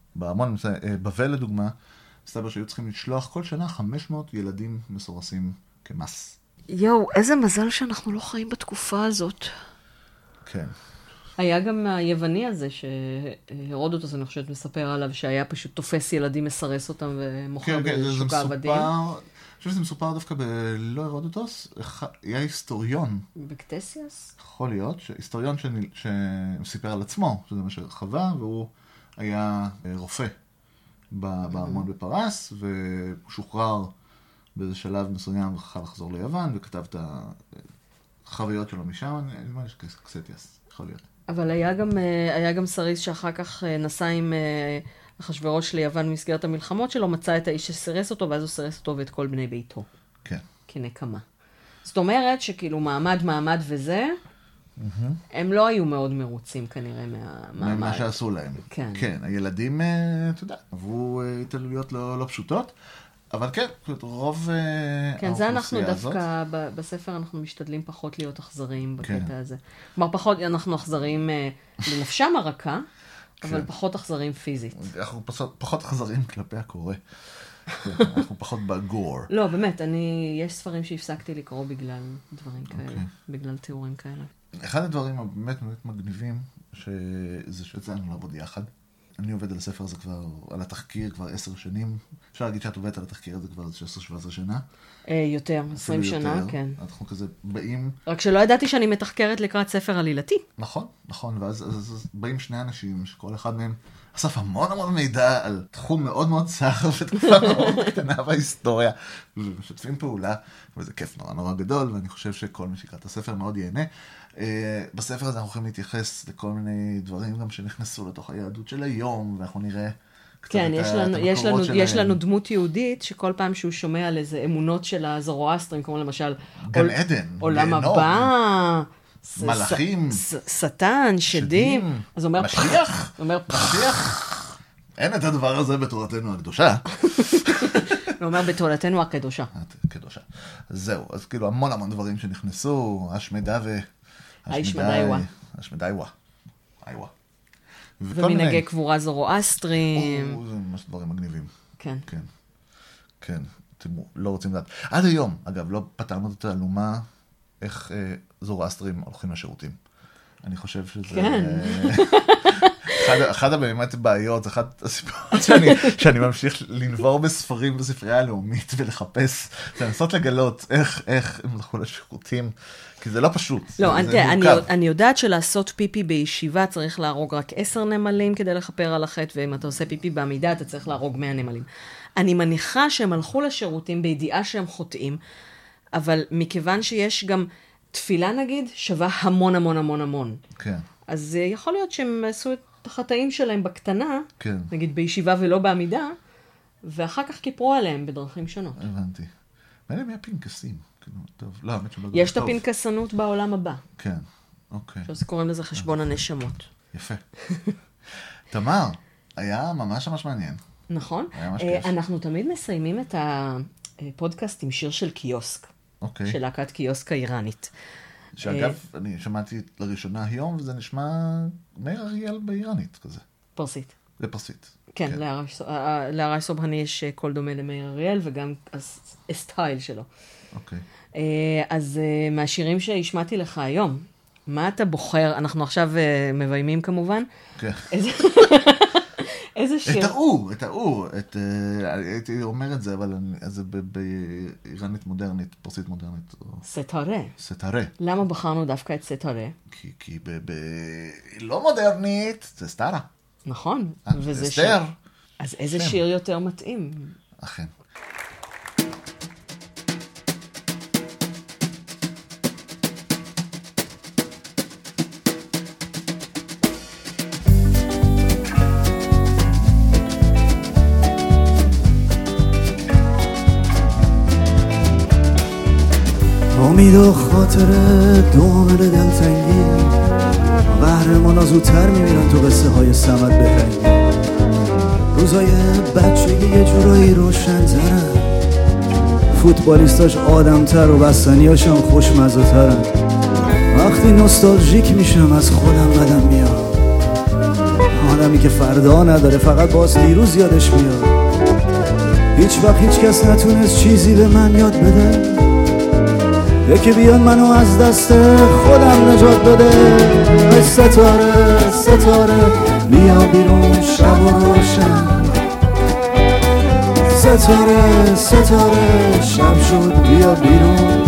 S1: בבל לדוגמה, מסתבר שהיו צריכים לשלוח כל שנה 500 ילדים מסורסים כמס.
S2: יואו, איזה מזל שאנחנו לא חיים בתקופה הזאת.
S1: כן.
S2: היה גם היווני הזה, שהרודוטוס, אני חושבת, מספר עליו, שהיה פשוט תופס ילדים, מסרס אותם ומוכר בשוק העבדים.
S1: אני חושב שזה מסופר דווקא בלא הרודוטוס, היה היסטוריון.
S2: בקטסיאס? יכול
S1: להיות, היסטוריון שסיפר על עצמו, שזה מה שחווה, והוא היה רופא בארמון בפרס, והוא שוחרר באיזה שלב מסוים, וחל לחזור ליוון, וכתב את החוויות שלו משם, אני אומר שקסטיאס, יכול להיות.
S2: אבל היה גם סריס שאחר כך נסע עם אחשוורוש ליוון במסגרת המלחמות שלו, מצא את האיש שסירס אותו, ואז הוא סירס אותו ואת כל בני ביתו.
S1: כן.
S2: כנקמה. זאת אומרת שכאילו מעמד וזה, הם לא היו מאוד מרוצים כנראה מהמעמד.
S1: מה שעשו להם.
S2: כן.
S1: כן, הילדים, אתה יודע, עברו התעללויות לא פשוטות, אבל כן, רוב
S2: כן, זה אנחנו דווקא, בספר אנחנו משתדלים פחות להיות אכזריים בקטע הזה. כלומר, פחות אנחנו אכזריים לנפשם הרכה, אבל פחות אכזריים פיזית.
S1: אנחנו פחות אכזריים כלפי הקורא. אנחנו פחות בגור.
S2: לא, באמת, יש ספרים שהפסקתי לקרוא בגלל דברים כאלה, בגלל תיאורים כאלה.
S1: אחד הדברים הבאמת מגניבים, זה שיצאנו לעבוד יחד. אני עובד על הספר הזה כבר, על התחקיר כבר 10 שנים. אפשר להגיד שאת עובדת על התחקיר הזה כבר 16-17 שנה.
S2: יותר, 20 שנה, כן.
S1: אנחנו כזה באים...
S2: רק שלא ידעתי שאני מתחקרת לקראת ספר עלילתי.
S1: נכון, ואז באים שני אנשים שכל אחד מהם אסף המון מידע על תחום מאוד צר ותקופה מאוד קטנה בהיסטוריה, ומשתפים פעולה, וזה כיף נורא גדול, ואני חושב שכל מי שיקרא את הספר מאוד ייהנה. בספר הזה אנחנו יכולים להתייחס לכל מיני דברים גם שנכנסו לתוך היהדות של היום, ואנחנו נראה קצת את המקורות שלהם.
S2: יש לנו דמות יהודית שכל פעם שהוא שומע על איזה אמונות של הזורואסטרים, כמו למשל
S1: גן עדן,
S2: עולם הבא,
S1: מלאכים,
S2: שטן, שדים, אז אומר
S1: משיח, אין את הדבר הזה בתורתנו הקדושה.
S2: הוא אומר בתורתנו הקדושה.
S1: זהו, אז כאילו המון דברים שנכנסו, השמדה השמדאיווה.
S2: ומנהגי קבורה זורואסטרים.
S1: זה ממש דברים מגניבים.
S2: כן.
S1: כן, אתם לא רוצים לדעת. עד היום, אגב, לא פתרנו את התעלומה איך זורואסטרים הולכים לשירותים. אני חושב שזה...
S2: כן.
S1: אחד הבאמת בעיות, אחד הסיפורות שאני ממשיך לנבור בספרים בספרייה הלאומית ולחפש, לנסות לגלות איך הם הולכו לשירותים, כי זה לא פשוט.
S2: לא, אני יודעת שלעשות פיפי בישיבה צריך להרוג רק 10 נמלים כדי לכפר על החטא, ואם אתה עושה פיפי בעמידה אתה צריך להרוג 100 נמלים. אני מניחה שהם הלכו לשירותים בידיעה שהם חוטאים, אבל מכיוון שיש גם תפילה נגיד, שווה המון.
S1: כן.
S2: אז יכול להיות שהם עשו את החטאים שלהם בקטנה,
S1: כן.
S2: נגיד בישיבה ולא בעמידה, ואחר כך כיפרו עליהם בדרכים שונות.
S1: הבנתי. מעניין מי הפנקסים? טוב, לא, האמת שלא...
S2: יש את הפנקסנות בעולם הבא.
S1: כן, אוקיי.
S2: שעושה קוראים לזה חשבון הנשמות.
S1: יפה. תמר, היה ממש מעניין.
S2: נכון. אנחנו תמיד מסיימים את הפודקאסט עם שיר של קיוסק.
S1: אוקיי.
S2: של להקת קיוסק האיראנית.
S1: שאגב, אני שמעתי לראשונה היום, וזה נשמע מאיר אריאל באיראנית כזה.
S2: פרסית.
S1: זה פרסית.
S2: כן, להרעי סובהני יש קול דומה למאיר אריאל, וגם הסטייל שלו.
S1: אוקיי.
S2: אז מהשירים שהשמעתי לך היום, מה אתה בוחר? אנחנו עכשיו מביימים כמובן.
S1: כן.
S2: איזה שיר?
S1: את האור. הייתי אומר את זה, אבל זה באיראנית מודרנית, פרסית מודרנית. סטארה.
S2: למה בחרנו דווקא את סטארה?
S1: כי לא מודרנית, זה סטארה.
S2: נכון.
S1: וזה שיר.
S2: אז איזה שיר יותר מתאים?
S1: אכן.
S12: امید و خاطره دامن دلتنگی قهرمانا زودتر میمیرن تو قصه های صمد بهرنگی روزای بچگی یه جورایی روشن ترن فوتبالیستاش آدمتر و بستنیاشم خوشمزه ترن وقتی وقتی نوستالژیک میشم از خودم بدم میاد. آدمی که فردا نداره فقط باز دیروز یادش میاد. هیچ وقت هیچ کس نتونست چیزی به من یاد بده. یکی بیاد منو از دست خودم نجات بده. ستاره ستاره بیا بیرون شب و روشن. ستاره ستاره شب شد بیا بیرون.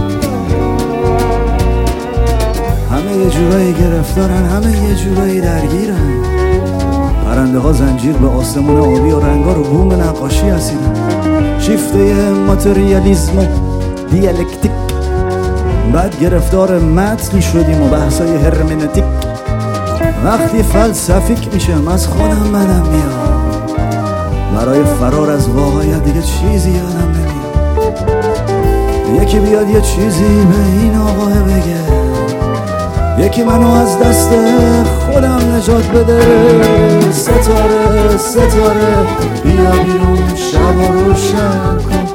S12: همه یه جورایی گرفتارن، همه یه جورایی درگیرن. پرنده ها زنجیر به آسمون آبی و رنگا رو بوم نقاشی هستیدن. شیفته ماتریالیزم و دیالکتیک. بعد گرفتار متنی شدیم و بحثای هرمنوتیک. وقتی فلسفیک میشم از خودم بدم میاد. برای فرار از واقعیت دیگه چیزی یادم نمیاد. یکی بیاد یه چیزی به این آقا بگه. یکی منو از دست خودم نجات بده. ستاره ستاره بیا بیرون شب و روشن کن.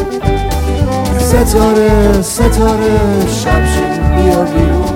S12: ستاره ستاره شب شد بیا بیرون.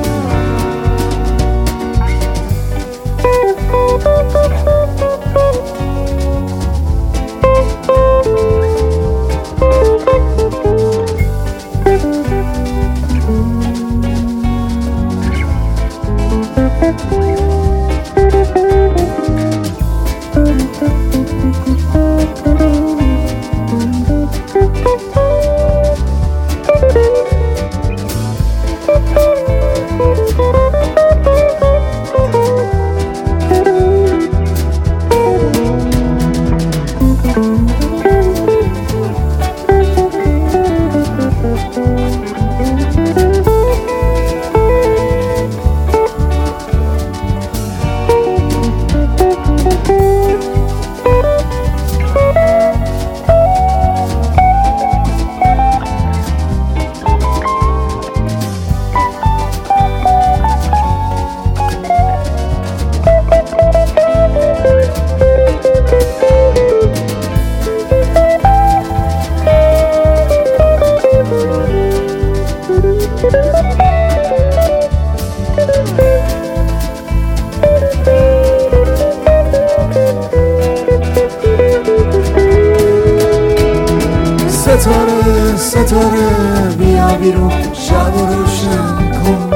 S12: ستاره ستاره بیا بیرون شب و روشن کن.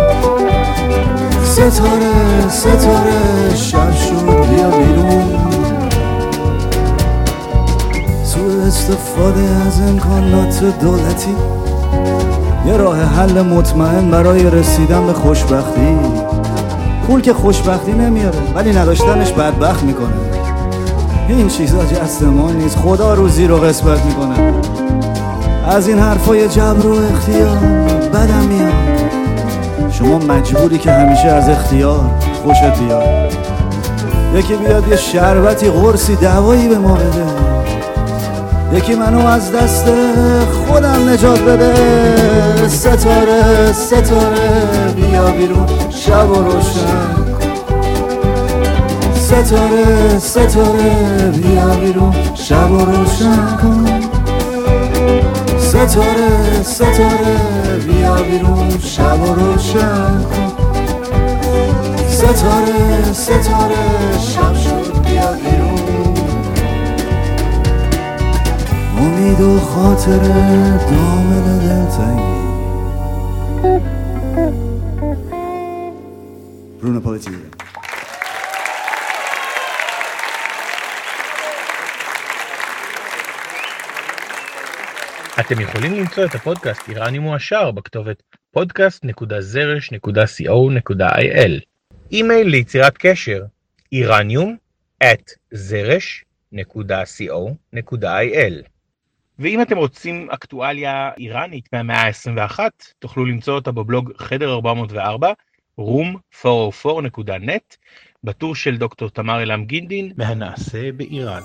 S12: ستاره ستاره شب شد بیا بیرون. سوء استفاده از امکانات دولتی یه راه حل مطمئن برای رسیدن به خوشبختی. پول که خوشبختی نمیاره ولی نداشتنش بدبخت میکنه. این چیزا جست ما نیست، خدا روزی رو قسمت میکنه. از این حرفای جبر و اختیار بدم میاد. شما مجبوری که همیشه از اختیار خوشت بیاد. یکی بیاد یه شربتی قرصی دوایی به ما بده. یکی منو از دست خودم نجات بده. ستاره ستاره بیا بیرون شب و روشن کن. ستاره ستاره بیا بیرون شب و روشن کن. ستاره ستاره بیا بیرون شب و روشن کن. ستاره ستاره شب شد بیا بیرون. امید و خاطره دامن دلتنگی. برونو پالیتیه.
S6: אתם יכולים למצוא את הפודקאסט איראני מועשר בכתובת podcast.zrsh.co.il. אימייל ליצירת קשר iranium@zrsh.co.il. ואם אתם רוצים אקטואליה איראנית מהמאה ה-21, תוכלו למצוא אותה בבלוג חדר 404, room404.net, בטור של דוקטור תמר אלעם גינדין, מהנעשה באיראן.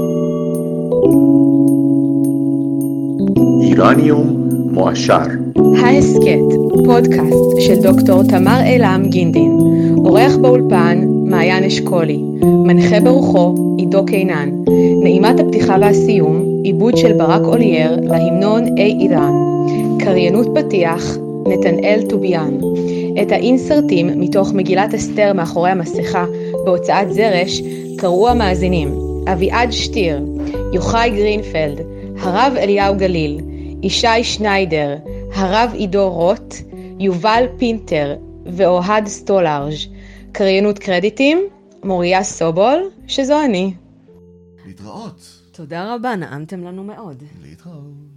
S3: איראניום מועשר.
S4: ההסכת, פודקאסט של דוקטור תמר אילם גינדין, עורך באולפן מעיין אשכולי, מנחה ברוחו עידו קינן, נעימת הפתיחה והסיום, עיבוד של ברק אולייר להמנון אי איראן, קריינות פתיח נתנאל טוביאן. את האינסרטים מתוך מגילת אסתר מאחורי המסכה בהוצאת זרש קראו המאזינים אביעד שטיר, יוחאי גרינפלד, הרב אליהו גליל, ישי שניידר, הרב עידו רוט, יובל פינטר ואוהד סטולארג'. קריינות קרדיטים, מוריה סובול, שזו אני.
S1: להתראות.
S2: תודה רבה, נעמתם לנו מאוד.
S1: להתראות.